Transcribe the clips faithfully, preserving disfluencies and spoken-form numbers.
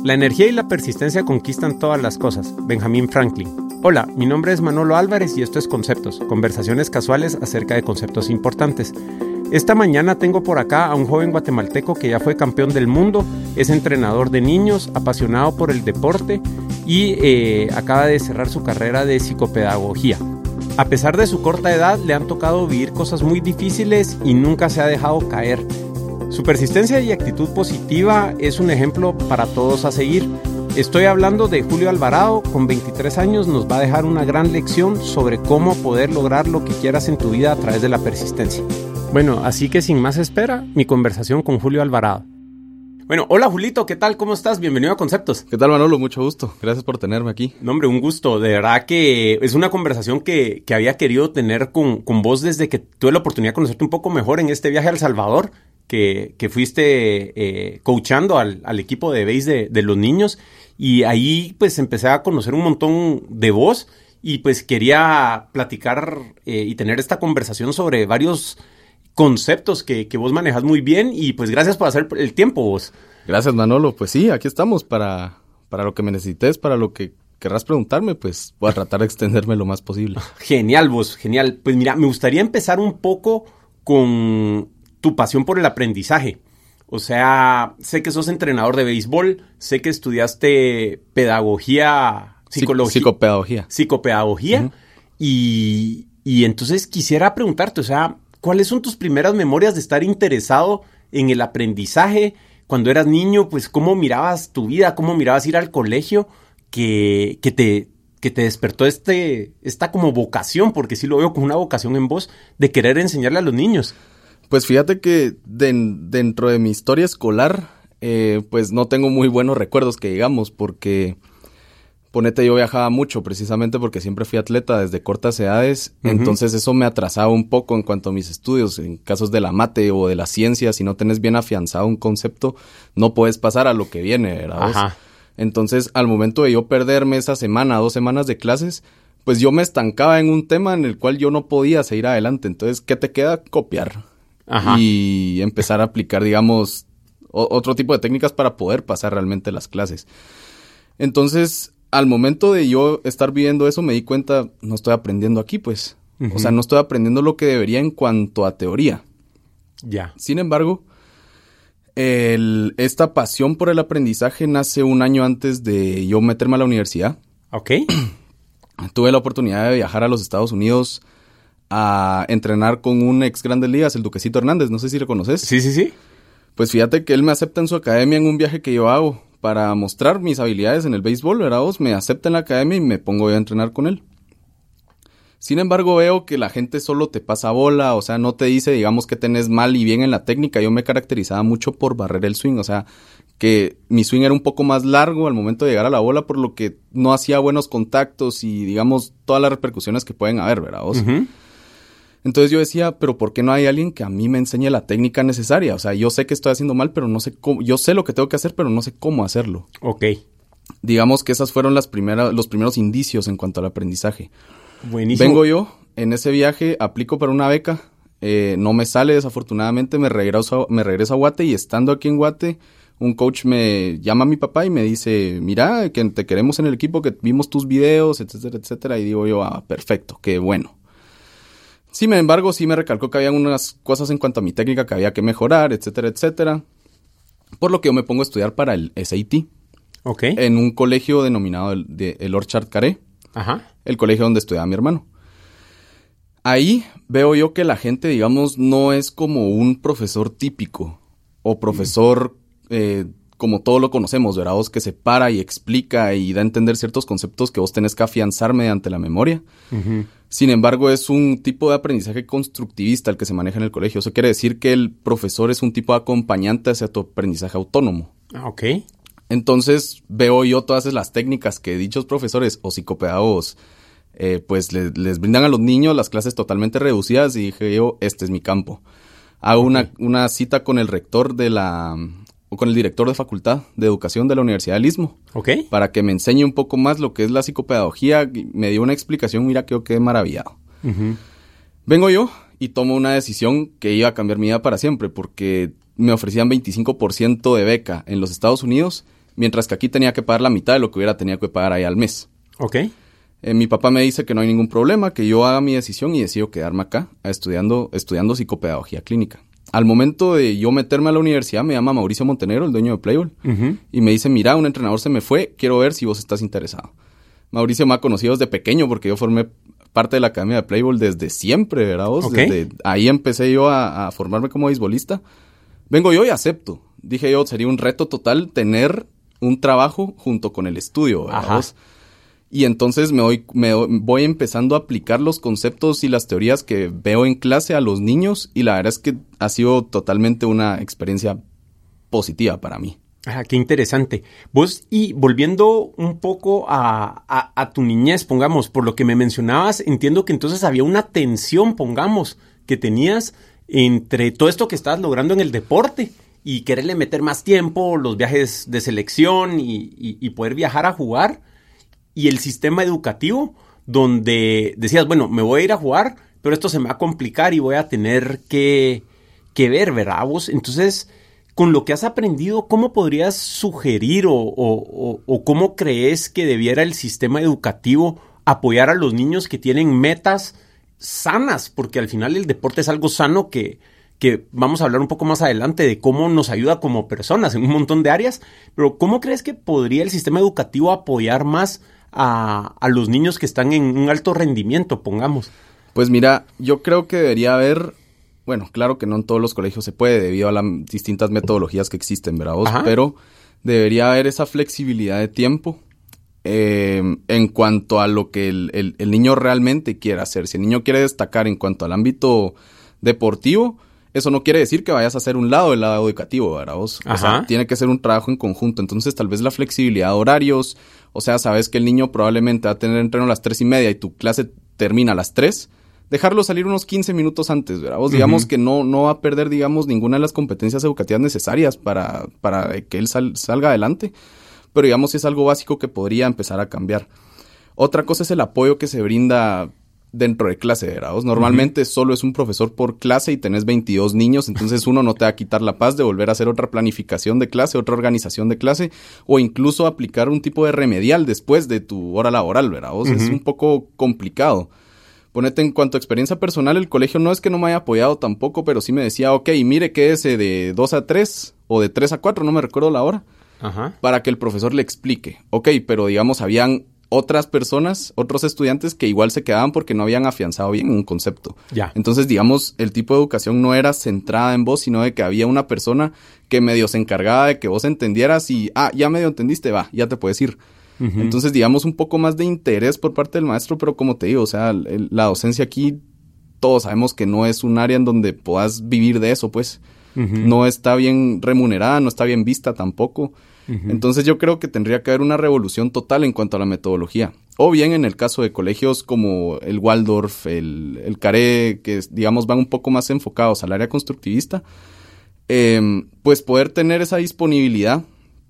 La energía y la persistencia conquistan todas las cosas. Benjamin Franklin. Hola, mi nombre es Manolo Álvarez y esto es Conceptos, conversaciones casuales acerca de conceptos importantes. Esta mañana tengo por acá a un joven guatemalteco que ya fue campeón del mundo, es entrenador de niños, apasionado por el deporte y eh, acaba de cerrar su carrera de psicopedagogía. A pesar de su corta edad, le han tocado vivir cosas muy difíciles y nunca se ha dejado caer. Su persistencia y actitud positiva es un ejemplo para todos a seguir. Estoy hablando de Julio Alvarado, con veintitrés años nos va a dejar una gran lección sobre cómo poder lograr lo que quieras en tu vida a través de la persistencia. Bueno, así que sin más espera, mi conversación con Julio Alvarado. Bueno, hola Julito, ¿qué tal? ¿Cómo estás? Bienvenido a Conceptos. ¿Qué tal, Manolo? Mucho gusto. Gracias por tenerme aquí. No, hombre, un gusto. De verdad que es una conversación que, que había querido tener con, con vos desde que tuve la oportunidad de conocerte un poco mejor en este viaje a El Salvador, que, que fuiste eh, coachando al, al equipo de base de, de los niños. Y ahí pues empecé a conocer un montón de vos y pues quería platicar eh, y tener esta conversación sobre varios conceptos que, que vos manejas muy bien y pues gracias por hacer el tiempo vos. Gracias, Manolo. Pues sí, aquí estamos para, para lo que me necesites, para lo que querrás preguntarme, pues voy a tratar de extenderme lo más posible. Genial vos, genial. Pues mira, me gustaría empezar un poco con tu pasión por el aprendizaje. O sea, sé que sos entrenador de béisbol, sé que estudiaste pedagogía, psicología. Psicopedagogía. Psicopedagogía. Uh-huh. Y, y entonces quisiera preguntarte, o sea, ¿cuáles son tus primeras memorias de estar interesado en el aprendizaje? Cuando eras niño, pues, ¿cómo mirabas tu vida? ¿Cómo mirabas ir al colegio? Que, que, te, que te despertó este, esta como vocación, porque sí lo veo como una vocación en vos, de querer enseñarle a los niños. Pues fíjate que de, dentro de mi historia escolar, eh, pues no tengo muy buenos recuerdos que digamos, porque ponete, yo viajaba mucho precisamente porque siempre fui atleta desde cortas edades, uh-huh. Entonces eso me atrasaba un poco en cuanto a mis estudios. En casos de la mate o de la ciencia, si no tenés bien afianzado un concepto, no puedes pasar a lo que viene, ¿verdad? Ajá. Entonces, al momento de yo perderme esa semana, dos semanas de clases, pues yo me estancaba en un tema en el cual yo no podía seguir adelante. Entonces, ¿qué te queda? Copiar. Ajá. Y empezar a aplicar, digamos, o- otro tipo de técnicas para poder pasar realmente las clases. Entonces, al momento de yo estar viviendo eso, me di cuenta, no estoy aprendiendo aquí, pues. Uh-huh. O sea, no estoy aprendiendo lo que debería en cuanto a teoría. Ya. Yeah. Sin embargo, el, esta pasión por el aprendizaje nace un año antes de yo meterme a la universidad. Ok. Tuve la oportunidad de viajar a los Estados Unidos a entrenar con un ex Grandes Ligas, el Duquecito Hernández, no sé si lo conoces. Sí, sí, sí. Pues fíjate que él me acepta en su academia en un viaje que yo hago para mostrar mis habilidades en el béisbol, ¿verdad vos? Me acepta en la academia y me pongo yo a entrenar con él. Sin embargo, veo que la gente solo te pasa bola, o sea, no te dice, digamos, que tenés mal y bien en la técnica. Yo me caracterizaba mucho por barrer el swing, o sea, que mi swing era un poco más largo al momento de llegar a la bola, por lo que no hacía buenos contactos y, digamos, todas las repercusiones que pueden haber, ¿verdad vos? Uh-huh. Entonces yo decía, pero ¿por qué no hay alguien que a mí me enseñe la técnica necesaria? O sea, yo sé que estoy haciendo mal, pero no sé cómo. Yo sé lo que tengo que hacer, pero no sé cómo hacerlo. Ok. Digamos que esas fueron las primeras, los primeros indicios en cuanto al aprendizaje. Buenísimo. Vengo yo, en ese viaje, aplico para una beca. Eh, no me sale, desafortunadamente, me regreso, me regreso a Guate y estando aquí en Guate, un coach me llama a mi papá y me dice, mira, que te queremos en el equipo, que vimos tus videos, etcétera, etcétera. Y digo yo, ah, perfecto, qué bueno. Sin embargo, sí me recalcó que había unas cosas en cuanto a mi técnica que había que mejorar, etcétera, etcétera. Por lo que yo me pongo a estudiar para el S A T. Ok. En un colegio denominado el, de, el Orchard Carré. Ajá. El colegio donde estudiaba mi hermano. Ahí veo yo que la gente, digamos, no es como un profesor típico. O profesor mm. eh, como todos lo conocemos, ¿verdad? Vos que se para y explica y da a entender ciertos conceptos que vos tenés que afianzar mediante la memoria. Uh-huh. Sin embargo, es un tipo de aprendizaje constructivista el que se maneja en el colegio. Eso quiere decir que el profesor es un tipo de acompañante hacia tu aprendizaje autónomo. Ah, ok. Entonces, veo yo todas las técnicas que dichos profesores o psicopedagogos eh, pues les, les brindan a los niños, las clases totalmente reducidas, y dije yo, este es mi campo. Hago okay. una, una cita con el rector de la... o con el director de facultad de educación de la Universidad del Istmo. Ok. Para que me enseñe un poco más lo que es la psicopedagogía. Me dio una explicación, mira que yo quedé maravillado. Uh-huh. Vengo yo y tomo una decisión que iba a cambiar mi vida para siempre, porque me ofrecían veinticinco por ciento de beca en los Estados Unidos mientras que aquí tenía que pagar la mitad de lo que hubiera tenido que pagar ahí al mes. Ok. Eh, mi papá me dice que no hay ningún problema, que yo haga mi decisión y decido quedarme acá estudiando, estudiando psicopedagogía clínica. Al momento de yo meterme a la universidad, me llama Mauricio Montenegro, el dueño de Playboy, uh-huh. y me dice, mira, un entrenador se me fue, quiero ver si vos estás interesado. Mauricio me ha conocido desde pequeño porque yo formé parte de la academia de Playboy desde siempre, ¿verdad vos? Okay. Desde ahí empecé yo a, a formarme como beisbolista. Vengo yo y acepto. Dije yo, sería un reto total tener un trabajo junto con el estudio, ¿verdad vos? Y entonces me voy, me voy empezando a aplicar los conceptos y las teorías que veo en clase a los niños y la verdad es que ha sido totalmente una experiencia positiva para mí. Ah, qué interesante. Vos, y volviendo un poco a, a, a tu niñez, pongamos, por lo que me mencionabas, entiendo que entonces había una tensión, pongamos, que tenías entre todo esto que estabas logrando en el deporte y quererle meter más tiempo, los viajes de selección y, y, y poder viajar a jugar. Y el sistema educativo donde decías, bueno, me voy a ir a jugar, pero esto se me va a complicar y voy a tener que, que ver, ¿verdad vos? Entonces, con lo que has aprendido, ¿cómo podrías sugerir o, o, o, o cómo crees que debiera el sistema educativo apoyar a los niños que tienen metas sanas? Porque al final el deporte es algo sano que... que vamos a hablar un poco más adelante de cómo nos ayuda como personas en un montón de áreas, pero ¿cómo crees que podría el sistema educativo apoyar más a, a los niños que están en un alto rendimiento, pongamos? Pues mira, yo creo que debería haber, bueno, claro que no en todos los colegios se puede debido a las distintas metodologías que existen, ¿verdad vos? Ajá. Pero debería haber esa flexibilidad de tiempo eh, en cuanto a lo que el, el, el niño realmente quiere hacer. Si el niño quiere destacar en cuanto al ámbito deportivo, eso no quiere decir que vayas a hacer un lado del lado educativo, ¿verdad vos? O sea, tiene que ser un trabajo en conjunto. Entonces, tal vez la flexibilidad de horarios, o sea, sabes que el niño probablemente va a tener entreno a las tres y media y tu clase termina a las tres, dejarlo salir unos quince minutos antes, ¿verdad vos? Uh-huh. Digamos que no, no va a perder, digamos, ninguna de las competencias educativas necesarias para, para que él sal, salga adelante, pero digamos es algo básico que podría empezar a cambiar. Otra cosa es el apoyo que se brinda dentro de clase, ¿verdad? Normalmente uh-huh. solo es un profesor por clase y tenés veintidós niños, entonces uno no te va a quitar la paz de volver a hacer otra planificación de clase, otra organización de clase, o incluso aplicar un tipo de remedial después de tu hora laboral, ¿verdad? Uh-huh. Es un poco complicado. Ponete en cuanto a experiencia personal, el colegio no es que no me haya apoyado tampoco, pero sí me decía, ok, mire que ese de dos a tres o de tres a cuatro, no me recuerdo la hora, uh-huh. para que el profesor le explique. Ok, pero digamos, habían otras personas, otros estudiantes que igual se quedaban porque no habían afianzado bien un concepto. Ya. Entonces, digamos, el tipo de educación no era centrada en vos, sino de que había una persona que medio se encargaba de que vos entendieras y, ah, ya medio entendiste, va, ya te puedes ir. Uh-huh. Entonces, digamos, un poco más de interés por parte del maestro, pero como te digo, o sea, el, la docencia aquí, todos sabemos que no es un área en donde puedas vivir de eso, pues. Uh-huh. No está bien remunerada, no está bien vista tampoco. Uh-huh. Entonces yo creo que tendría que haber una revolución total en cuanto a la metodología. O bien en el caso de colegios como el Waldorf, el, el Caré, que digamos van un poco más enfocados al área constructivista, eh, pues poder tener esa disponibilidad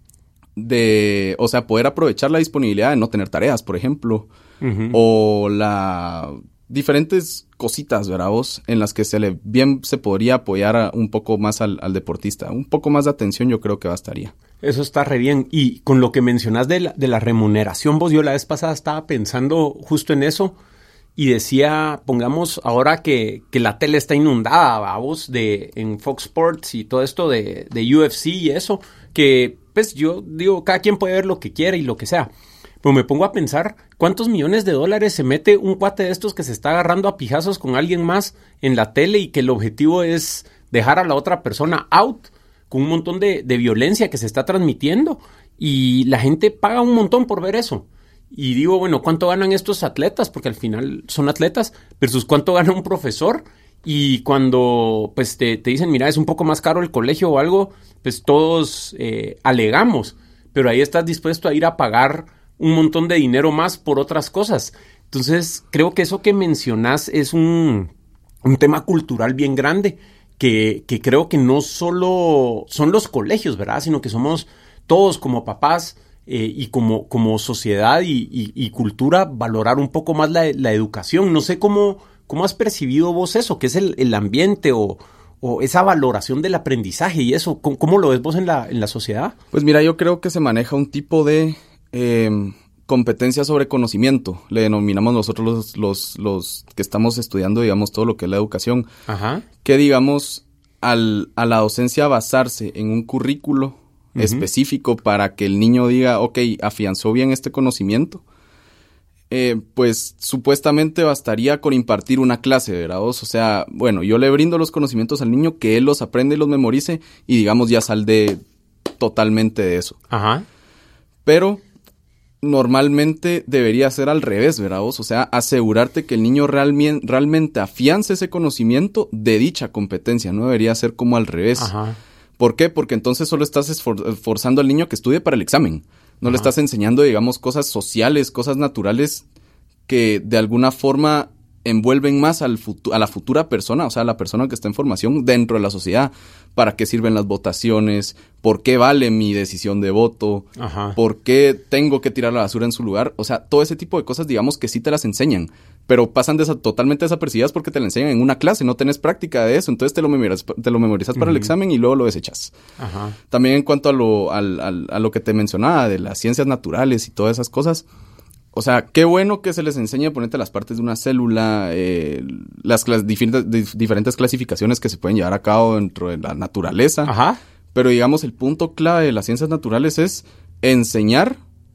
de, o sea, poder aprovechar la disponibilidad de no tener tareas, por ejemplo, uh-huh. o la diferentes cositas, ¿verdad vos? En las que se le bien se podría apoyar a, un poco más al, al deportista. Un poco más de atención yo creo que bastaría. Eso está re bien. Y con lo que mencionás de la, de la remuneración, vos, yo la vez pasada estaba pensando justo en eso y decía, pongamos ahora que, que la tele está inundada, vamos, de, en Fox Sports y todo esto de, de U F C y eso, que pues yo digo, cada quien puede ver lo que quiera y lo que sea. Pero me pongo a pensar cuántos millones de dólares se mete un cuate de estos que se está agarrando a pijazos con alguien más en la tele y que el objetivo es dejar a la otra persona out con un montón de, de violencia que se está transmitiendo y la gente paga un montón por ver eso. Y digo, bueno, ¿cuánto ganan estos atletas? Porque al final son atletas versus cuánto gana un profesor. Y cuando pues te, te dicen, mira, es un poco más caro el colegio o algo, pues todos eh, alegamos. Pero ahí estás dispuesto a ir a pagar un montón de dinero más por otras cosas. Entonces, creo que eso que mencionás es un, un tema cultural bien grande, que, que creo que no solo son los colegios, ¿verdad? Sino que somos todos como papás eh, y como, como sociedad y, y, y cultura valorar un poco más la, la educación. No sé cómo, cómo has percibido vos eso, qué es el, el ambiente o, o esa valoración del aprendizaje y eso? ¿Cómo, cómo lo ves vos en la, en la sociedad? Pues mira, yo creo que se maneja un tipo de eh, competencia sobre conocimiento. Le denominamos nosotros los, los, los que estamos estudiando, digamos, todo lo que es la educación. Ajá. Que, digamos, al, a la docencia basarse en un currículo uh-huh. específico para que el niño diga, ok, afianzó bien este conocimiento, eh, pues supuestamente bastaría con impartir una clase, ¿verdad? O sea, bueno, yo le brindo los conocimientos al niño, que él los aprende y los memorice y, digamos, ya salde totalmente de eso. Ajá. Pero normalmente debería ser al revés, ¿verdad? O sea, asegurarte que el niño realme- realmente afiance ese conocimiento de dicha competencia. No debería ser como al revés. Ajá. ¿Por qué? Porque entonces solo estás esfor- forzando al niño a que estudie para el examen. No Ajá. le estás enseñando, digamos, cosas sociales, cosas naturales que de alguna forma envuelven más al futu- a la futura persona, o sea, a la persona que está en formación dentro de la sociedad. ¿Para qué sirven las votaciones? ¿Por qué vale mi decisión de voto? Ajá. ¿Por qué tengo que tirar la basura en su lugar? O sea, todo ese tipo de cosas, digamos, que sí te las enseñan, pero pasan desa- totalmente desapercibidas porque te la enseñan en una clase, no tenés práctica de eso, entonces te lo memorizas, te lo memorizas para uh-huh. el examen y luego lo desechas. Ajá. También en cuanto a lo, al, al, a lo que te mencionaba de las ciencias naturales y todas esas cosas, o sea, qué bueno que se les enseñe a ponerte las partes de una célula, eh, las clas- diferentes, dif- diferentes clasificaciones que se pueden llevar a cabo dentro de la naturaleza. Ajá. Pero digamos, el punto clave de las ciencias naturales es enseñar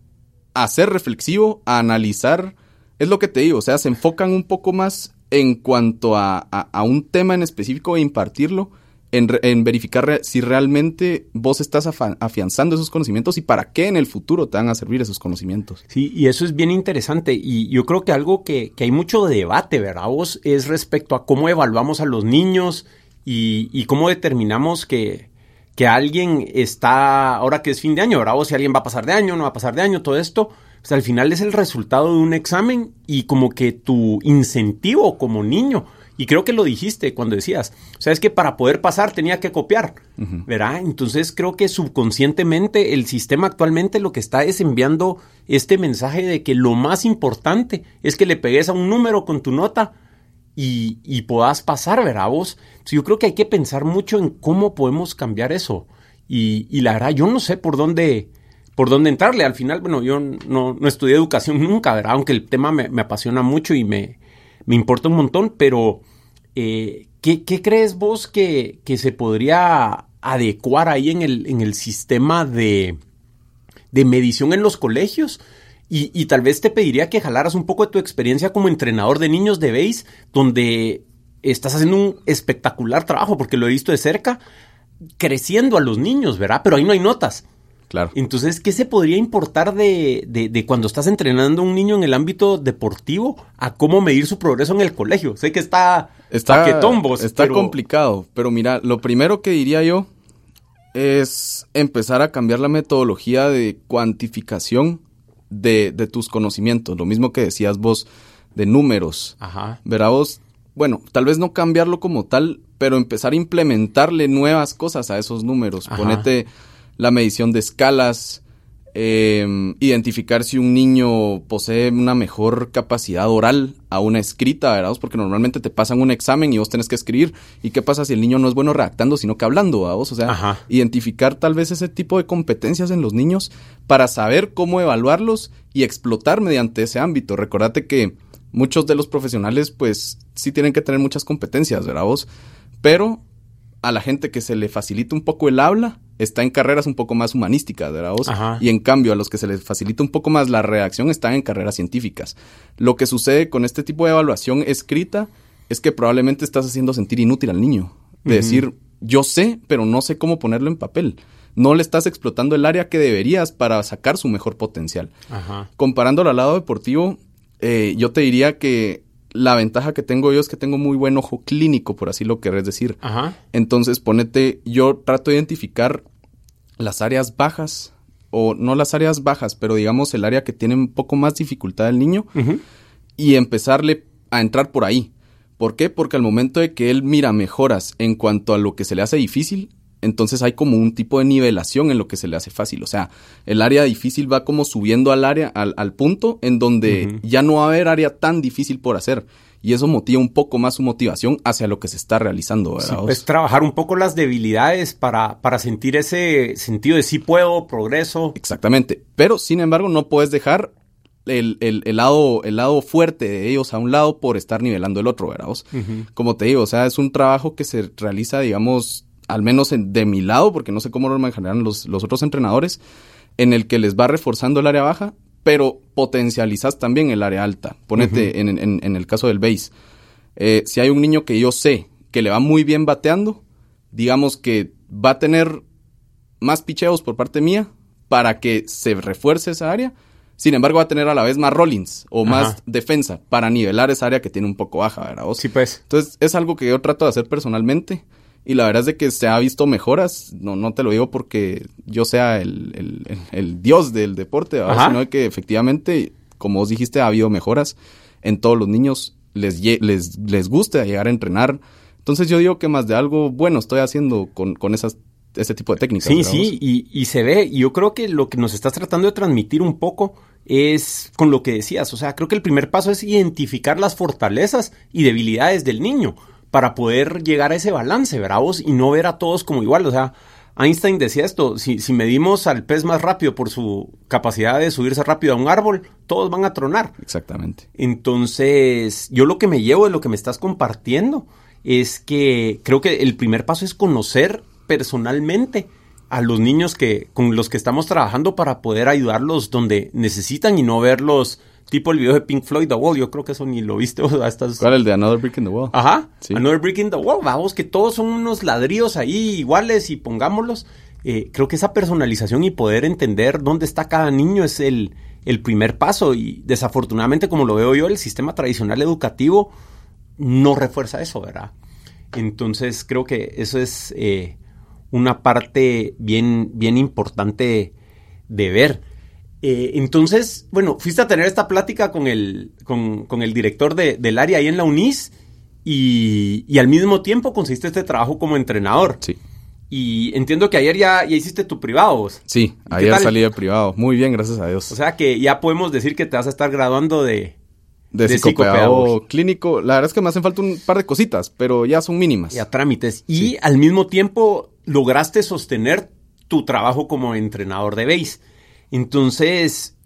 a ser reflexivo, a analizar. Es lo que te digo, o sea, se enfocan un poco más en cuanto a, a, a un tema en específico e impartirlo, en, re, en verificar re, si realmente vos estás afa, afianzando esos conocimientos y para qué en el futuro te van a servir esos conocimientos. Sí, y eso es bien interesante. Y yo creo que algo que, que hay mucho debate, ¿verdad? Vos, es respecto a cómo evaluamos a los niños y, y cómo determinamos que, que alguien está, ahora que es fin de año, ¿verdad? O si alguien va a pasar de año, no va a pasar de año, todo esto. O sea, al final es el resultado de un examen y como que tu incentivo como niño. Y creo que lo dijiste cuando decías, o sea, es que para poder pasar tenía que copiar, uh-huh. ¿verdad? Entonces creo que subconscientemente el sistema actualmente lo que está es enviando este mensaje de que lo más importante es que le pegues a un número con tu nota y, y puedas pasar, ¿verdad vos? Entonces yo creo que hay que pensar mucho en cómo podemos cambiar eso. Y, y la verdad, yo no sé por dónde, por dónde entrarle. Al final, bueno, yo no, no estudié educación nunca, ¿verdad? Aunque el tema me, me apasiona mucho y me... Me importa un montón, pero eh, ¿qué, ¿qué crees vos que, que se podría adecuar ahí en el, en el sistema de, de medición en los colegios? Y, y tal vez te pediría que jalaras un poco de tu experiencia como entrenador de niños de base, donde estás haciendo un espectacular trabajo, porque lo he visto de cerca, creciendo a los niños, ¿verdad? Pero ahí no hay notas. Claro. Entonces, ¿qué se podría importar de, de, de cuando estás entrenando a un niño en el ámbito deportivo a cómo medir su progreso en el colegio? Sé que está, está paquetón vos, Está pero... complicado, pero mira, lo primero que diría yo es empezar a cambiar la metodología de cuantificación de, de tus conocimientos. Lo mismo que decías vos de números. Ajá. Verá vos, bueno, tal vez no cambiarlo como tal, pero empezar a implementarle nuevas cosas a esos números. Ajá. Ponete la medición de escalas, eh, identificar si un niño posee una mejor capacidad oral a una escrita, ¿verdad? Porque normalmente te pasan un examen y vos tenés que escribir. ¿Y qué pasa si el niño no es bueno redactando, sino que hablando, ¿verdad? O sea, Ajá. identificar tal vez ese tipo de competencias en los niños para saber cómo evaluarlos y explotar mediante ese ámbito. Recordate que muchos de los profesionales, pues, sí tienen que tener muchas competencias, ¿verdad vos? Pero a la gente que se le facilita un poco el habla, está en carreras un poco más humanísticas, ¿verdad vos? Ajá. Y en cambio, a los que se les facilita un poco más la redacción, están en carreras científicas. Lo que sucede con este tipo de evaluación escrita es que probablemente estás haciendo sentir inútil al niño. De uh-huh. decir, yo sé, pero no sé cómo ponerlo en papel. No le estás explotando el área que deberías para sacar su mejor potencial. Ajá. Comparándolo al lado deportivo, eh, yo te diría que la ventaja que tengo yo es que tengo muy buen ojo clínico, por así lo querés decir. Ajá. Entonces, ponete, yo trato de identificar las áreas bajas, o no las áreas bajas, pero digamos el área que tiene un poco más dificultad el niño, uh-huh. y empezarle a entrar por ahí. ¿Por qué? Porque al momento de que él mira mejoras en cuanto a lo que se le hace difícil, entonces hay como un tipo de nivelación en lo que se le hace fácil. O sea, el área difícil va como subiendo al área, al, al punto en donde uh-huh. ya no va a haber área tan difícil por hacer. y eso motiva un poco más su motivación hacia lo que se está realizando, ¿verdad? Sí, pues trabajar un poco las debilidades para, para sentir ese sentido de sí puedo, progreso. Exactamente, pero sin embargo no puedes dejar el, el, el, lado, el lado fuerte de ellos a un lado por estar nivelando el otro, ¿verdad? Uh-huh. Como te digo, o sea, es un trabajo que se realiza, digamos, al menos en, de mi lado, porque no sé cómo lo manejarán los, los otros entrenadores, en el que les va reforzando el área baja, pero potencializas también el área alta. Ponete uh-huh. en, en, en el caso del base. Eh, si hay un niño que yo sé que le va muy bien bateando, digamos que va a tener más picheos por parte mía para que se refuerce esa área. Sin embargo, va a tener a la vez más rollings o más Ajá. defensa para nivelar esa área que tiene un poco baja, ¿verdad? Sí, pues. Entonces, es algo que yo trato de hacer personalmente. Y la verdad es de que se ha visto mejoras, no, no te lo digo porque yo sea el, el, el, el dios del deporte, sino de que efectivamente, como vos dijiste, ha habido mejoras en todos los niños, les, les, les gusta llegar a entrenar. Entonces yo digo que más de algo bueno estoy haciendo con, con esas, ese tipo de técnicas. Sí, sí, y, y se ve, y yo creo que lo que nos estás tratando de transmitir un poco es con lo que decías, o sea, creo que el primer paso es identificar las fortalezas y debilidades del niño, para poder llegar a ese balance, ¿verdad vos? Y no ver a todos como igual. O sea, Einstein decía esto, si, si medimos al pez más rápido por su capacidad de subirse rápido a un árbol, todos van a tronar. Exactamente. Entonces, yo lo que me llevo de lo que me estás compartiendo es que creo que el primer paso es conocer personalmente a los niños que con los que estamos trabajando para poder ayudarlos donde necesitan y no verlos tipo el video de Pink Floyd, The Wall. Yo creo que eso ni lo viste. O sea, estas... ¿Cuál? El de Another Brick in the Wall. Ajá, sí. Another Brick in the Wall. Vamos, que todos son unos ladrillos ahí iguales y pongámoslos. Eh, creo que esa personalización y poder entender dónde está cada niño es el, el primer paso. Y desafortunadamente, como lo veo yo, el sistema tradicional educativo no refuerza eso, ¿verdad? Entonces, creo que eso es eh, una parte bien, bien importante de ver. Eh, entonces, bueno, fuiste a tener esta plática con el, con, con el director de, del área ahí en la UNIS y, y al mismo tiempo conseguiste este trabajo como entrenador. Sí. Y entiendo que ayer ya, ya hiciste tu privado. ¿Vos? Sí, ayer tal? salí de privado. Muy bien, gracias a Dios. O sea que ya podemos decir que te vas a estar graduando de... De, de psicopedagogo clínico. La verdad es que me hacen falta un par de cositas, pero ya son mínimas. Ya trámites. Y sí. al mismo tiempo lograste sostener tu trabajo como entrenador de base. Entonces,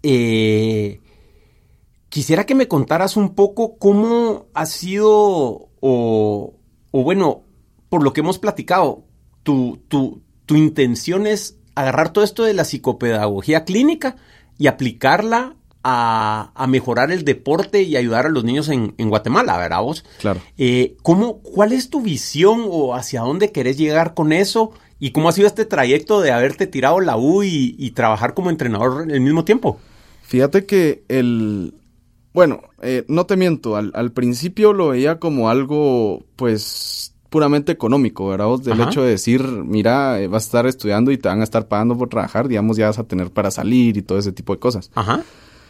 eh, quisiera que me contaras un poco cómo ha sido, o, o bueno, por lo que hemos platicado, tu, tu, tu intención es agarrar todo esto de la psicopedagogía clínica y aplicarla a, a mejorar el deporte y ayudar a los niños en, en Guatemala, ¿verdad vos? Claro. Eh, ¿cómo, ¿Cuál es tu visión o hacia dónde querés llegar con eso? ¿Y cómo ha sido este trayecto de haberte tirado la U y, y trabajar como entrenador al mismo tiempo? Fíjate que el... Bueno, eh, no te miento, al, al principio lo veía como algo, pues, puramente económico, ¿verdad? Vos, del Ajá. hecho de decir, mira, eh, vas a estar estudiando y te van a estar pagando por trabajar, digamos, ya vas a tener para salir y todo ese tipo de cosas. Ajá.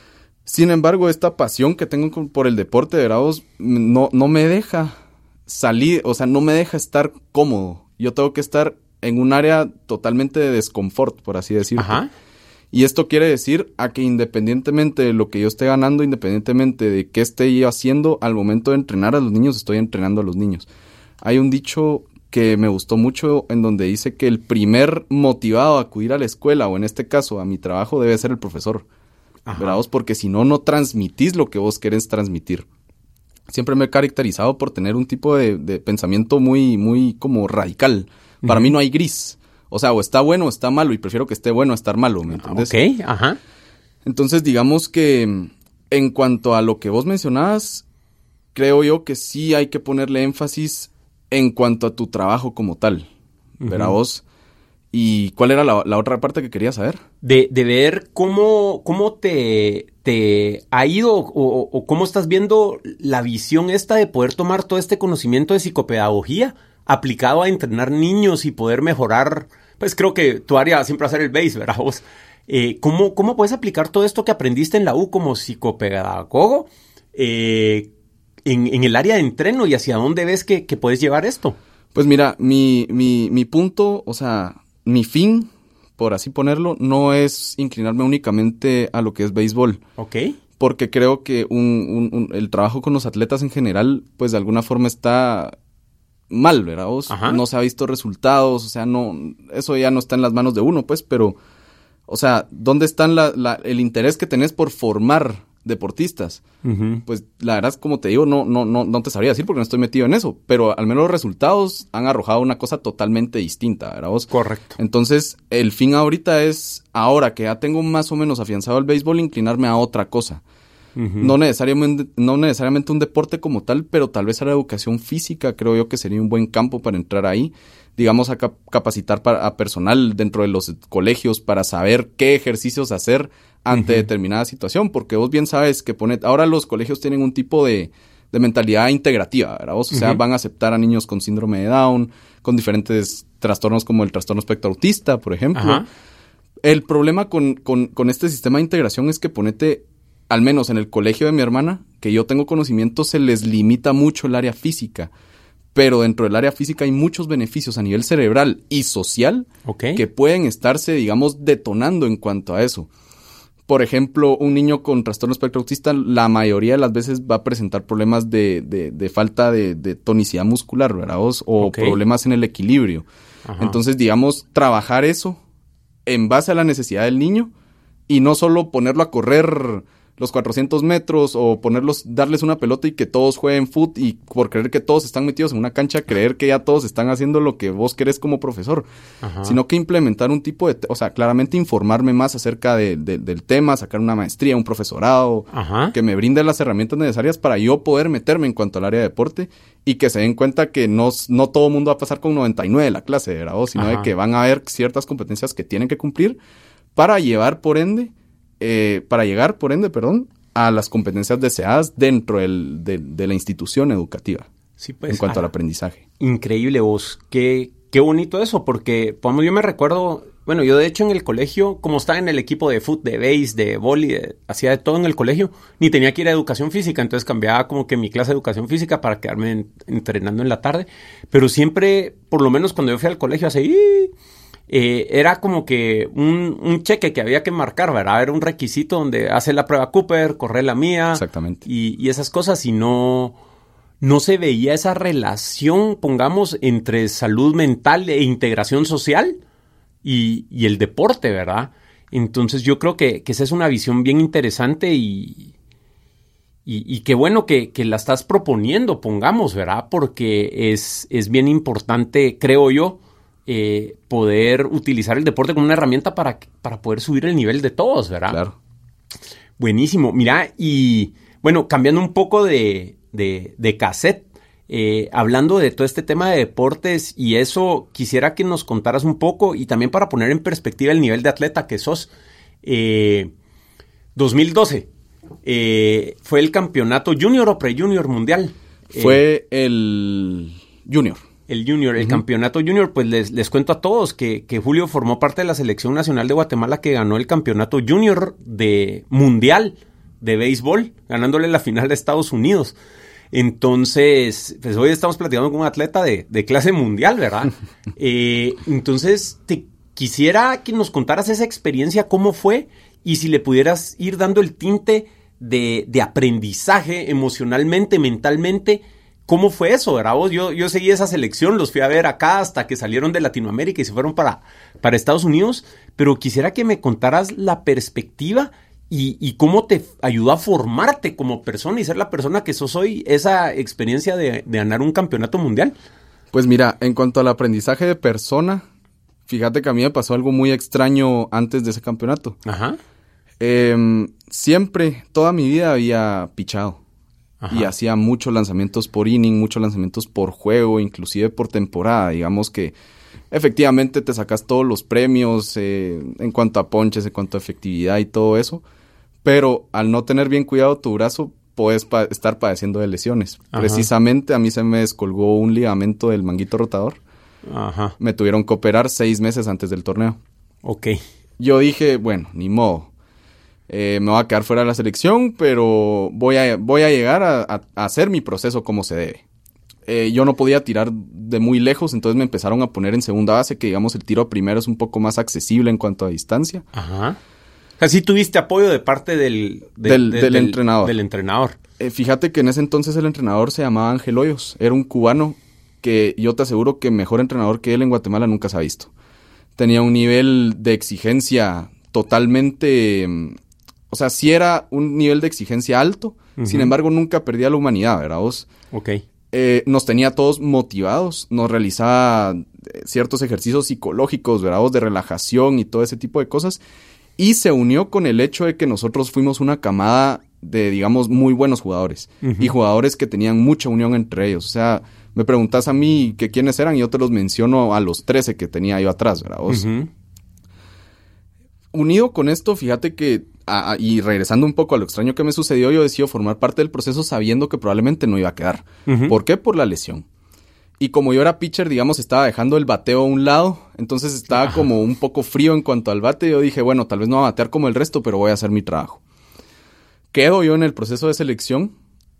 Sin embargo, esta pasión que tengo por el deporte, ¿verdad? Vos, no, no me deja salir, o sea, no me deja estar cómodo. Yo tengo que estar en un área totalmente de desconfort, por así decirlo. Ajá. Y esto quiere decir a que independientemente de lo que yo esté ganando, independientemente de qué esté yo haciendo, al momento de entrenar a los niños, estoy entrenando a los niños. Hay un dicho que me gustó mucho en donde dice que el primer motivado a acudir a la escuela, o en este caso a mi trabajo, debe ser el profesor. ¿Verdad? Porque si no, no transmitís lo que vos querés transmitir. Siempre me he caracterizado por tener un tipo de, de pensamiento muy, muy como radical. Para uh-huh. mí no hay gris. O sea, o está bueno o está malo, y prefiero que esté bueno a estar malo, ¿me entiendes? Ok, ajá. Entonces, digamos que en cuanto a lo que vos mencionabas, creo yo que sí hay que ponerle énfasis en cuanto a tu trabajo como tal. Uh-huh. ¿Verdad vos? ¿Y cuál era la, la otra parte que querías saber? De, de ver cómo, cómo te, te ha ido o, o cómo estás viendo la visión esta de poder tomar todo este conocimiento de psicopedagogía aplicado a entrenar niños y poder mejorar. Pues creo que tu área siempre va a ser el base, ¿verdad vos? Eh, ¿cómo, ¿Cómo puedes aplicar todo esto que aprendiste en la U como psicopedagogo eh, en, en el área de entreno y hacia dónde ves que, que puedes llevar esto? Pues mira, mi, mi, mi punto, o sea... Mi fin, por así ponerlo, no es inclinarme únicamente a lo que es béisbol. Ok. porque creo que un, un, un, el trabajo con los atletas en general, pues de alguna forma está mal, ¿verdad? Vos? No se ha visto resultados, o sea, no, eso ya no está en las manos de uno, pues, pero, o sea, ¿dónde está la, la, el interés que tenés por formar deportistas? Uh-huh. Pues la verdad, como te digo, no, no, no, no te sabría decir porque no estoy metido en eso, pero al menos los resultados han arrojado una cosa totalmente distinta, ¿verdad vos? Correcto. Entonces, el fin ahorita es, ahora que ya tengo más o menos afianzado el béisbol, inclinarme a otra cosa. Uh-huh. No necesariamente, no necesariamente un deporte como tal, pero tal vez a la educación física, creo yo que sería un buen campo para entrar ahí. Digamos, a cap- capacitar para, a personal dentro de los colegios para saber qué ejercicios hacer ante uh-huh. determinada situación, porque vos bien sabes que pone, ahora los colegios tienen un tipo de, de mentalidad integrativa, ¿verdad? Vos, o sea, uh-huh. van a aceptar a niños con síndrome de Down, con diferentes trastornos como el trastorno espectro autista, por ejemplo. Uh-huh. El problema con, con, con este sistema de integración es que ponete, al menos en el colegio de mi hermana, que yo tengo conocimiento, se les limita mucho el área física. Pero dentro del área física hay muchos beneficios a nivel cerebral y social okay. que pueden estarse, digamos, detonando en cuanto a eso. Por ejemplo, un niño con trastorno espectro autista la mayoría de las veces va a presentar problemas de, de, de falta de, de tonicidad muscular, ¿verdad? O okay. problemas en el equilibrio. Ajá. Entonces, digamos, trabajar eso en base a la necesidad del niño y no solo ponerlo a correr los cuatrocientos metros o ponerlos, darles una pelota y que todos jueguen fut y por creer que todos están metidos en una cancha, creer que ya todos están haciendo lo que vos querés como profesor. Ajá. Sino que implementar un tipo de, o sea, claramente informarme más acerca de, de, del tema, sacar una maestría, un profesorado, Ajá. que me brinde las herramientas necesarias para yo poder meterme en cuanto al área de deporte y que se den cuenta que no, no todo el mundo va a pasar con noventa y nueve de la clase, ¿verdad? O sino Ajá. de que van a haber ciertas competencias que tienen que cumplir para llevar, por ende, Eh, para llegar, por ende, perdón, a las competencias deseadas dentro del, de, de la institución educativa. Sí, pues, en cuanto ah, al aprendizaje. Increíble vos. Qué, qué bonito eso, porque como yo me recuerdo, bueno, yo de hecho en el colegio, como estaba en el equipo de fútbol, de base, de vóley, hacía de todo en el colegio, ni tenía que ir a educación física, entonces cambiaba como que mi clase de educación física para quedarme en, entrenando en la tarde, pero siempre, por lo menos cuando yo fui al colegio hace... Eh, era como que un, un cheque que había que marcar, ¿verdad? Era un requisito donde hace la prueba Cooper, corre la mía. Exactamente. Y, y esas cosas, y no, no se veía esa relación, pongamos, entre salud mental e integración social y, y el deporte, ¿verdad? Entonces yo creo que, que esa es una visión bien interesante y, y, y qué bueno que, que la estás proponiendo, pongamos, ¿verdad? Porque es, es bien importante, creo yo, Eh, poder utilizar el deporte como una herramienta para, para poder subir el nivel de todos, ¿verdad? Claro. Buenísimo. Mira, y bueno, cambiando un poco de, de, de cassette, eh, hablando de todo este tema de deportes y eso, quisiera que nos contaras un poco y también para poner en perspectiva el nivel de atleta que sos. Eh, dos mil doce eh, fue el campeonato junior o pre-junior mundial. Fue eh, el junior. El junior, el uh-huh. campeonato junior, pues les, les cuento a todos que, que Julio formó parte de la selección nacional de Guatemala que ganó el campeonato junior de mundial de béisbol, ganándole la final a Estados Unidos. Entonces, pues hoy estamos platicando con un atleta de, de clase mundial, ¿verdad? eh, entonces, te quisiera que nos contaras esa experiencia, cómo fue, y si le pudieras ir dando el tinte de, de aprendizaje emocionalmente, mentalmente. ¿Cómo fue eso, verdad vos? Yo, yo seguí esa selección, los fui a ver acá hasta que salieron de Latinoamérica y se fueron para, para Estados Unidos, pero quisiera que me contaras la perspectiva y, y cómo te ayudó a formarte como persona y ser la persona que sos hoy, esa experiencia de, de ganar un campeonato mundial. Pues mira, en cuanto al aprendizaje de persona, fíjate que a mí me pasó algo muy extraño antes de ese campeonato. Ajá. Eh, siempre, toda mi vida había pichado. Ajá. Y hacía muchos lanzamientos por inning, muchos lanzamientos por juego, inclusive por temporada. Digamos que efectivamente te sacas todos los premios eh, en cuanto a ponches, en cuanto a efectividad y todo eso. Pero al no tener bien cuidado tu brazo, puedes pa- estar padeciendo de lesiones. Ajá. Precisamente a mí se me descolgó un ligamento del manguito rotador. Ajá. Me tuvieron que operar seis meses antes del torneo. Ok. Yo dije, bueno, ni modo. Eh, me voy a quedar fuera de la selección, pero voy a, voy a llegar a, a, a hacer mi proceso como se debe. Eh, yo no podía tirar de muy lejos, entonces me empezaron a poner en segunda base, que digamos el tiro primero es un poco más accesible en cuanto a distancia. Ajá. sea, sí tuviste apoyo de parte del... de, del, de, del, del entrenador. Del entrenador. Eh, fíjate que en ese entonces el entrenador se llamaba Ángel Hoyos. Era un cubano que yo te aseguro que mejor entrenador que él en Guatemala nunca se ha visto. Tenía un nivel de exigencia totalmente... O sea, sí era un nivel de exigencia alto. Uh-huh. Sin embargo, nunca perdía la humanidad, ¿verdad vos? Ok. Eh, nos tenía todos motivados. Nos realizaba ciertos ejercicios psicológicos, ¿verdad vos? De relajación y todo ese tipo de cosas. Y se unió con el hecho de que nosotros fuimos una camada de, digamos, muy buenos jugadores. Uh-huh. Y jugadores que tenían mucha unión entre ellos. O sea, me preguntas a mí que quiénes eran y yo te los menciono a los trece que tenía yo atrás, ¿verdad vos? Uh-huh. Unido con esto, fíjate que, a, a, y regresando un poco a lo extraño que me sucedió, yo decidí formar parte del proceso sabiendo que probablemente no iba a quedar. Uh-huh. ¿Por qué? Por la lesión. Y como yo era pitcher, digamos, estaba dejando el bateo a un lado, entonces estaba Ajá. como un poco frío en cuanto al bate. Yo dije, bueno, tal vez no voy a batear como el resto, pero voy a hacer mi trabajo. Quedo yo en el proceso de selección.